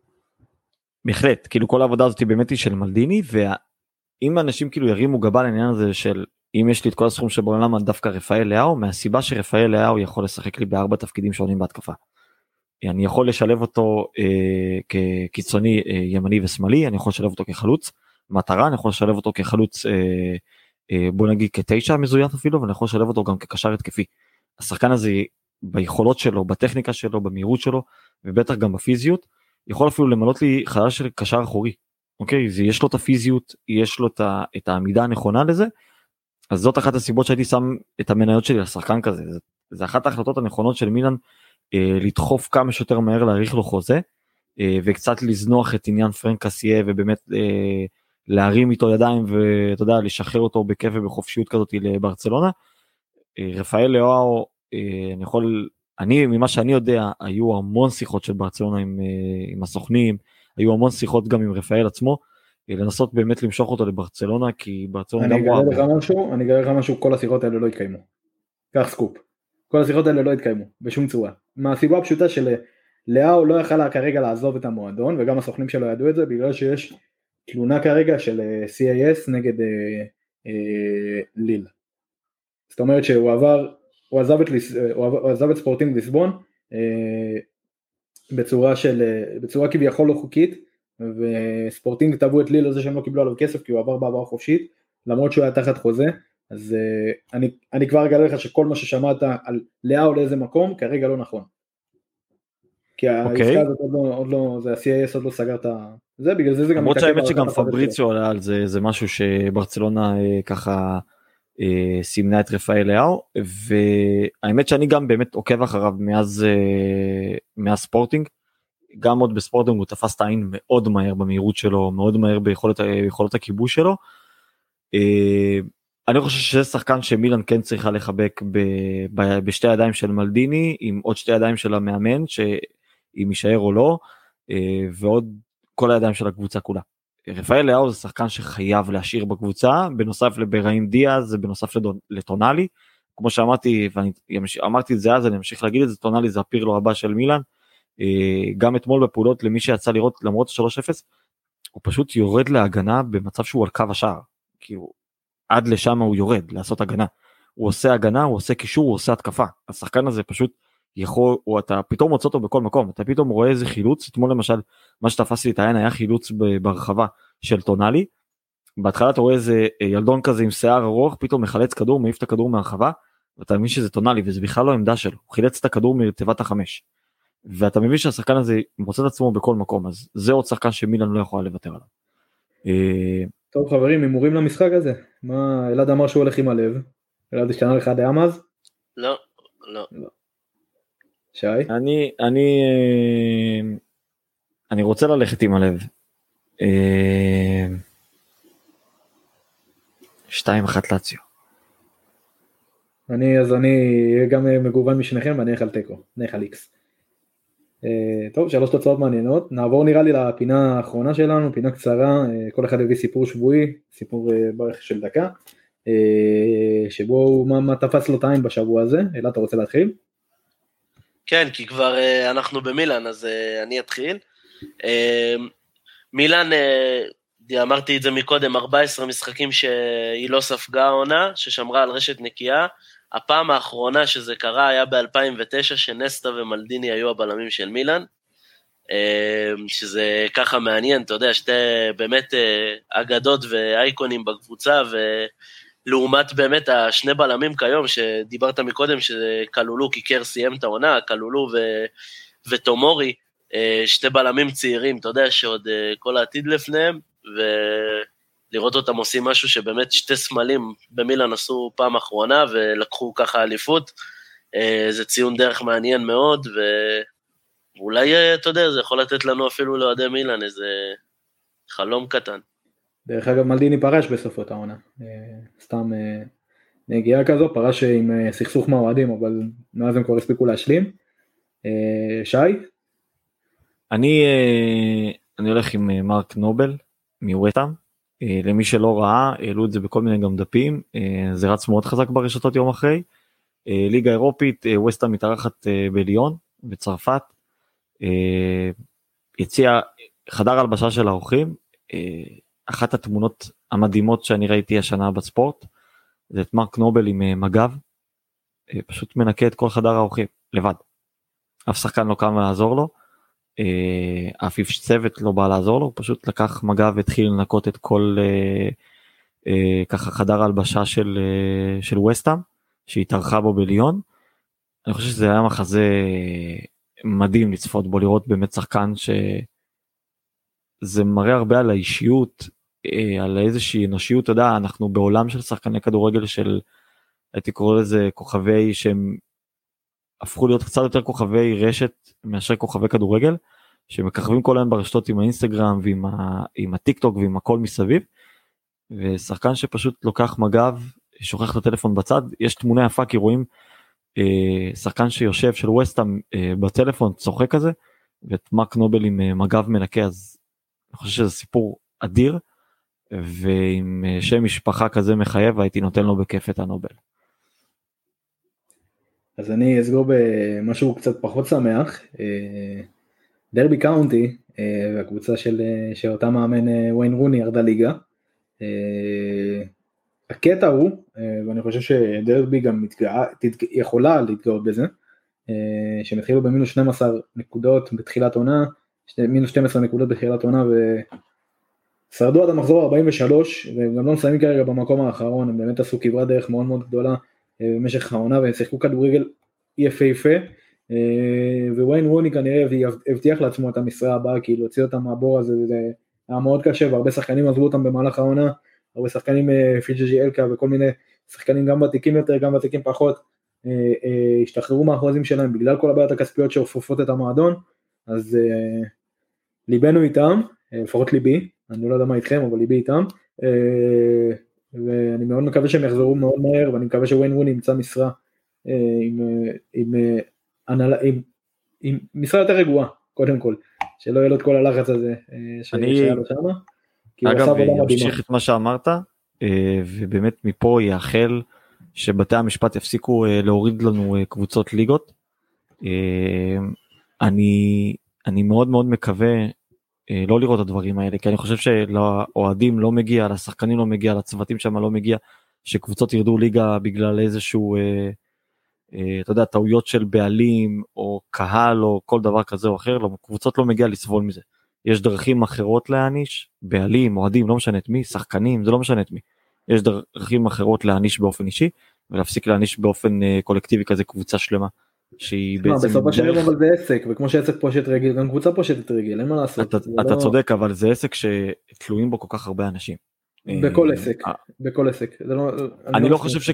בהחלט, כאילו כל העבודה הזאת היא באמת היא של מלדיני, ואם אנשים כאילו ירימו גבה לעניין הזה של, אם יש לי את כל הסכום שבעולם דווקא רפאל לאו, מהסיבה שרפאל לאו יכול לשחק לי בארבע תפקידים שונים בהתקפה. אני יכול לשלב אותו אה, כקיצוני אה, ימני ושמאלי, אני יכול לשלב אותו כחלוץ מטרה, אני יכול לשלב אותו כחלוץ, אה, אה, בוא נגיד כתשע מזויף אפילו, ואני יכול לשלב אותו גם כקשר התקפי. השחקן הזה ביכולות שלו, בטכניקה שלו, במהירות שלו, ובטח גם בפיזיות, יכול אפילו למלות לי חלל של קשר אחורי, אוקיי? זה, יש לו את הפיזיות, יש לו את, ה, את העמידה הנכונה לזה, אז זאת אחת הסיבות שהייתי שם את המניות שלי לשחקן כזה, זה, זה אחת ההחלטות הנכונות של מילאן, לדחוף כמה שיותר מהר להאריך לו חוזה, וקצת לזנוח את עניין פרנק קסיה, ובאמת להרים איתו ידיים, ואתה יודע, לשחרר אותו בכיף ובחופשיות כזאת לברצלונה. רפאל לאו, אני יכול, אני, ממה שאני יודע, היו המון שיחות של ברצלונה עם, עם הסוכנים, היו המון שיחות גם עם רפאל עצמו, לנסות באמת למשוך אותו לברצלונה, כי ברצלונה גם רואה... אני אגלה לך משהו, אני אגלה לך משהו, כל השיחות האלה לא התקיימו. כך סקופ. כל השיחות האלה לא התקיימו, בשום צורה. מהסיבה הפשוטה של לאו לא יכל כרגע לעזוב את המועדון, וגם הסוכנים שלו ידעו את זה, בגלל שיש תלונה כרגע של סי איי אס נגד אה, אה, ליל. זאת אומרת שהוא עבר, הוא עזב את, הוא עזב את ספורטינג ליסבון, אה, בצורה של, בצורה כביכול לא חוקית, וספורטינג טבעו את ליל הזה שהם לא קיבלו עליו כסף, כי הוא עבר בעבר חופשית, למרות שהוא היה תחת חוזה. אז uh, אני, אני כבר אגלה לך שכל מה ששמעת על לאו לאיזה מקום, כרגע לא נכון. כי העסקה הזאת עוד לא, עוד לא, זה ה-סי איי אס עוד לא סגר את זה, בגלל זה זה גם... למרות שהאמת שגם פבריציו עלה על זה, זה משהו שברצלונה אה, ככה אה, סימנה את רפאל לאו, והאמת שאני גם באמת עוקב אחריו מאז, אה, מאז ספורטינג, גם עוד בספורטינג הוא תפס את העין מאוד מהר במהירות שלו, מאוד מהר ביכולת, ביכולת הכיבוש שלו, אה, אני חושב שזה שחקן שמילן כן צריכה לחבק ב, ב, בשתי ידיים של מלדיני, עם עוד שתי ידיים של המאמן, שאם יישאר או לא, ועוד כל הידיים של הקבוצה כולה. רפאל לאו זה שחקן שחייב להשאיר בקבוצה, בנוסף לבראים דיאז, בנוסף לטונאלי, כמו שאמרתי, ואני אמרתי את זה אז, אני אמשיך להגיד את זה, טונאלי זה הפירלו הבא של מילן, גם אתמול בפעולות למי שיצא לראות, למרות שלוש אפס, הוא פשוט יורד להגנה במצב שהוא על קו השער, כאילו, עד לשם הוא יורד, לעשות הגנה. הוא עושה הגנה, הוא עושה קישור, הוא עושה התקפה. השחקן הזה פשוט יכול, או אתה פתאום מוצא אותו בכל מקום, אתה פתאום רואה איזה חילוץ, אתמול למשל, מה שתפס לי את העין היה חילוץ ברחבה של טונאלי, בהתחלה אתה רואה איזה ילדון כזה עם שיער ארוך, פתאום מחלץ כדור, מעיף את הכדור מהרחבה, ואתה מבין שזה טונאלי, וזה בכלל לא עמדה שלו, הוא חילץ את הכדור מרתיבת החמש, ואתה מבין שהשחקן הזה מוצא את עצמו בכל מקום, אז זה עוד שחקן שמילן לא יכולה לוותר עליו. טוב חברים, הימורים למשחק הזה, מה, אלעד אמר שהוא הולך עם הלב, אלעד השתנה לך דעה מאז? לא, לא. שי? אני, אני, אני רוצה ללכת עם הלב. שתיים אחת לאציו. אני, אז אני גם מגוון משניכם, ואני אלך על טקו, אני אלך על איקס. טוב, שלוש תוצאות מעניינות, נעבור נראה לי לפינה האחרונה שלנו, פינה קצרה, כל אחד הביא סיפור שבועי, סיפור בערך של דקה, שבו מה, מה תפס לו את העין בשבוע הזה. אלעד, אתה רוצה להתחיל? כן, כי כבר אנחנו במילאן, אז אני אתחיל. מילאן, אמרתי את זה מקודם, ארבעה עשר משחקים שהיא לא ספגה העונה, ששמרה על רשת נקייה, הפעם האחרונה שזה קרה היה ב-אלפיים ותשע, שנסטה ומלדיני היו הבלמים של מילאן, שזה ככה מעניין, אתה יודע, שתי באמת אגדות ואייקונים בקבוצה, ולעומת באמת השני בלמים כיום, שדיברת מקודם, שקלולו קיקר סיים את העונה, קלולו ו- וטומורי, שתי בלמים צעירים, אתה יודע, שעוד כל העתיד לפניהם, ו... לראות אותם עושים משהו שבאמת שתי סמלים במילאן עשו פעם אחרונה, ולקחו ככה אליפות, זה ציון דרך מעניין מאוד, ואולי, אתה יודע, זה יכול לתת לנו אפילו לאוהדי מילאן, איזה חלום קטן. דרך אגב, מלדיני פרש בסופו העונה, סתם נגיעה כזו, פרש עם סכסוך מהאוהדים, אבל מאז הם כבר הספיקו להשלים. שי? אני, אני הולך עם מרק נובל, מווסטהאם, למי שלא ראה, העלו את זה בכל מיני גם דפים, זה רץ מאוד חזק ברשתות יום אחרי, ליגה אירופית, ווסטהאם מתארחת בליון, בצרפת, יציע חדר הלבשה של האורחים, אחת התמונות המדהימות שאני ראיתי השנה בספורט, זה את מרק נובל עם מגב, פשוט מנקה את כל חדר האורחים, לבד, אף שחקן לא קם לעזור לו, אף איש צוות לא בא לעזור לו, הוא פשוט לקח מגע והתחיל לנקות את כל אה, אה, ככה חדר הלבשה של, אה, של ווסטהאם, שהתארחה בו בליון. אני חושב שזה היה מחזה מדהים לצפות בו, לראות באמת שחקן שזה מראה הרבה על האישיות, אה, על איזושהי אנושיות, אתה יודע, אנחנו בעולם של שחקני כדורגל של, הייתי קורא לזה כוכבי שהם הפכו להיות קצת יותר כוכבי רשת מאשר כוכבי כדורגל, שמככבים כל היום ברשתות עם האינסטגרם ועם ה, עם הטיק טוק ועם הכל מסביב, ושחקן שפשוט לוקח מגב, שוכח את הטלפון בצד, יש תמונה יפה כי רואים אה, שחקן שיושב של ווסטהאם אה, בטלפון צוחק כזה, ואת מרק נובל עם אה, מגב מנקה, אז אני חושב שזה סיפור אדיר, ועם אה, שם משפחה כזה מחייב, הייתי נותן לו בכיף את הנובל. אז אני אסגור במשהו קצת פחות שמח, דרבי קאונטי, והקבוצה של, של אותה מאמן וויין רוני ירדה ליגה. הקטע הוא, ואני חושב שדרבי גם מתגע, יכולה להתגאות בזה, שהם התחילו במינוס שתים עשרה נקודות בתחילת עונה, מינוס שתים עשרה נקודות בתחילת עונה, ושרדו עד המחזור ארבעים ושלוש, וגם לא מסיימים כרגע במקום האחרון, הם באמת עשו כברת דרך מאוד מאוד גדולה, במשך העונה, והם שיחקו כדורגל יפהפה, וויין רוני כנראה הבטיח לעצמו את המשרה הבאה, כי להוציא אותם מהבור הזה, זה היה מאוד קשה, והרבה שחקנים עזבו אותם במהלך העונה, הרבה שחקנים פיג'ג'י אלקה, וכל מיני שחקנים גם ותיקים יותר, גם ותיקים פחות, השתחררו מהחוזים שלהם, בגלל כל הבעיות הכספיות שאופפות את המועדון, אז ליבנו איתם, לפחות ליבי, אני לא יודע מה איתכם, אבל ליבי איתם, ואני מאוד מקווה שהם יחזרו מאוד מהר, ואני מקווה שוויין רוני ימצא משרה עם, עם, עם, עם, עם משרה יותר רגועה, קודם כל, שלא יהיה לו את כל הלחץ הזה שהיה לו שמה. אגב, ימשיך את מה שאמרת, ובאמת מפה יאחל שבתי המשפט יפסיקו להוריד לנו קבוצות ליגות. אני, אני מאוד מאוד מקווה לא לראות את הדברים האלה, כי אני חושב שלאוהדים לא מגיע, לשחקנים לא מגיע, לצוותים שם לא מגיע, שקבוצות ירדו ליגה בגלל איזשהו, אה, אה, אתה יודע, טעויות של בעלים, או קהל, או כל דבר כזה או אחר, קבוצות לא מגיע לסבול מזה. יש דרכים אחרות להעניש, בעלים, אוהדים, לא משנה את מי, שחקנים, זה לא משנה את מי. יש דרכים אחרות להעניש באופן אישי, ולהפסיק להעניש באופן אה, קולקטיבי כזה קבוצה שלמה. שהיא בעצם בסופו של יום אבל זה עסק, וכמו שעסק פושט רגל, גם קבוצה פושטת רגל, אין מה לעשות. אתה צודק, אבל זה עסק שתלויים בו כל כך הרבה אנשים. בכל עסק, בכל עסק. אני לא חושב ש...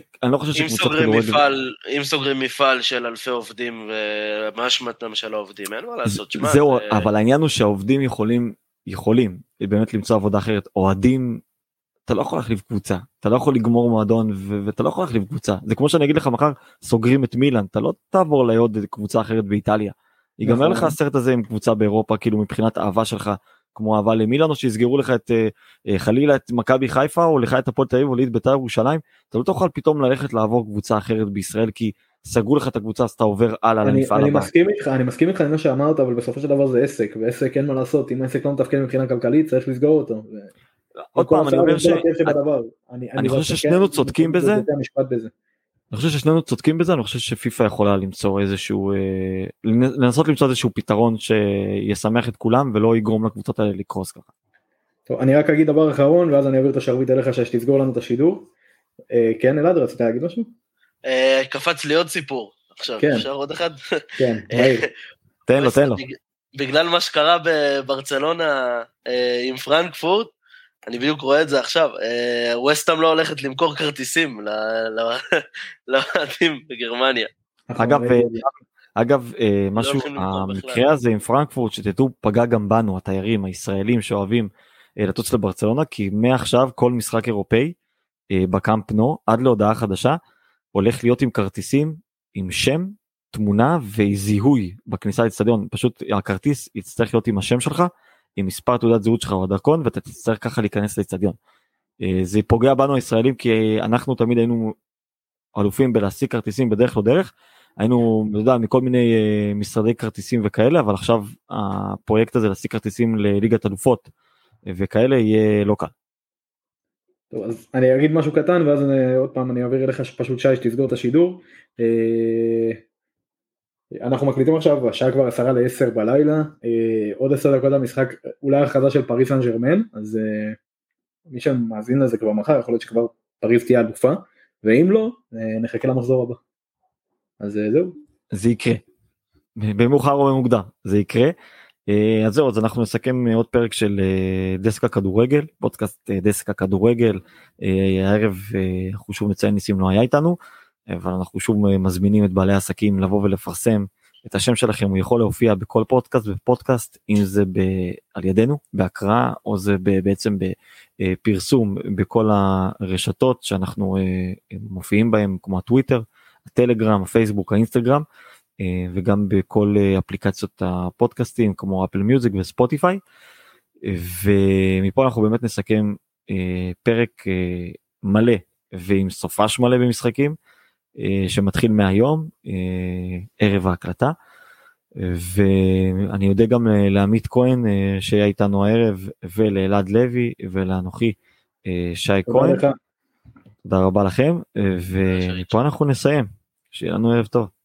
אם סוגרים מפעל של אלפי עובדים, ומה אשמתם של העובדים, אין מה לעשות. זהו, אבל העניין הוא שהעובדים יכולים, יכולים באמת למצוא עבודה אחרת. אוהדים, אתה לא יכול להחליף קבוצה, אתה לא יכול לגמור מועדון, ואתה לא יכול להחליף קבוצה. זה כמו שאני אגיד לך מחר, סוגרים את מילאן, אתה לא תעבור לעוד קבוצה אחרת באיטליה. ייגמר לך הסרט הזה עם קבוצה באירופה, כאילו מבחינת אהבה שלך, כמו אהבה למילאן, או שיסגרו לך את חלילה את מכבי חיפה, או לך את הפועל תל אביב, או ליד בית"ר ירושלים, אתה לא תוכל פתאום ללכת לעבור קבוצה אחרת בישראל, כי סגרו לך את הקבוצה, אז אתה עובר הלאה למפעל הבא. אני מסכים איתך, אני מסכים איתך עם מה שאמרת, אבל בסופו של דבר זה עסק, ועסק אין מה לעשות, אם העסק לא מתפקד מבחינה כלכלית, צריך לסגור אותו. עוד פעם, אני אומר ש... אני חושב ששנינו צודקים בזה, אני חושב ששנינו צודקים בזה, אני חושב שפיפה יכולה למצוא איזשהו, לנסות למצוא איזשהו פתרון שישמח את כולם, ולא יגרום לקבוצות האלה לקרוס ככה. טוב, אני רק אגיד דבר אחרון, ואז אני אעביר את השרביט אליך שתסגור לנו את השידור. כן, אלעד, רצית להגיד משהו? קפץ לי עוד סיפור, עכשיו, אפשר עוד אחד? כן, מהיר. תן לו, תן לו. בגלל מה שקרה בברצלונה עם פרנקפורט, אני בדיוק רואה את זה עכשיו, ווסטהאם לא הולכת למכור כרטיסים לאוהדים בגרמניה. אגב, אגב, משהו, המקרה הזה עם פרנקפורט, שתדעו, פגע גם בנו, התיירים, הישראלים שאוהבים לטוץ לברצלונה, כי מעכשיו כל משחק אירופאי בקאמפ נו, עד להודעה חדשה, הולך להיות עם כרטיסים, עם שם, תמונה וזיהוי בכניסה לאצטדיון, פשוט הכרטיס יצטרך להיות עם השם שלך, עם מספר תעודת זהות שלך או הדרכון, ואתה תצטרך ככה להיכנס לאצטדיון. זה פוגע בנו הישראלים, כי אנחנו תמיד היינו אלופים בלהשיג כרטיסים בדרך לא דרך, היינו, אתה יודע, מכל מיני משרדי כרטיסים וכאלה, אבל עכשיו הפרויקט הזה להשיג כרטיסים לליגת אלופות וכאלה יהיה לא קל. טוב, אז אני אגיד משהו קטן, ואז אני, עוד פעם אני אעביר אליך שפשוט שי שתסגור את השידור. אנחנו מקליטים עכשיו, השעה כבר עשרה לעשר בלילה, עוד עשר דקות המשחק, אולי הכרזה של פריס סן ז'רמן, אז מי שמאזין לזה כבר מחר, יכול להיות שכבר פריס תהיה אלופה, ואם לא, נחכה למחזור הבא. אז זהו. זה יקרה, במאוחר או במוקדם, זה יקרה. אז זהו, אז אנחנו נסכם עוד פרק של דסק הכדורגל, פודקאסט דסק הכדורגל, הערב אנחנו שוב נציין ניסים לא היה איתנו, אבל אנחנו שוב מזמינים את בעלי העסקים לבוא ולפרסם את השם שלכם, הוא יכול להופיע בכל פודקאסט ופודקאסט, אם זה ב, על ידינו, בהקראה, או זה ב, בעצם בפרסום בכל הרשתות שאנחנו מופיעים בהם, כמו הטוויטר, הטלגרם, הפייסבוק, האינסטגרם, וגם בכל אפליקציות הפודקאסטים, כמו אפל מיוזיק וספוטיפיי, ומפה אנחנו באמת נסכם פרק מלא, ועם סופש מלא במשחקים, שמתחיל מהיום, ערב ההקלטה, ואני יודע גם לעמית כהן שהיה איתנו הערב, ולאלעד לוי ולאנוכי שי כהן. תודה רבה לכם, ומפה אנחנו נסיים, שיהיה לנו ערב טוב.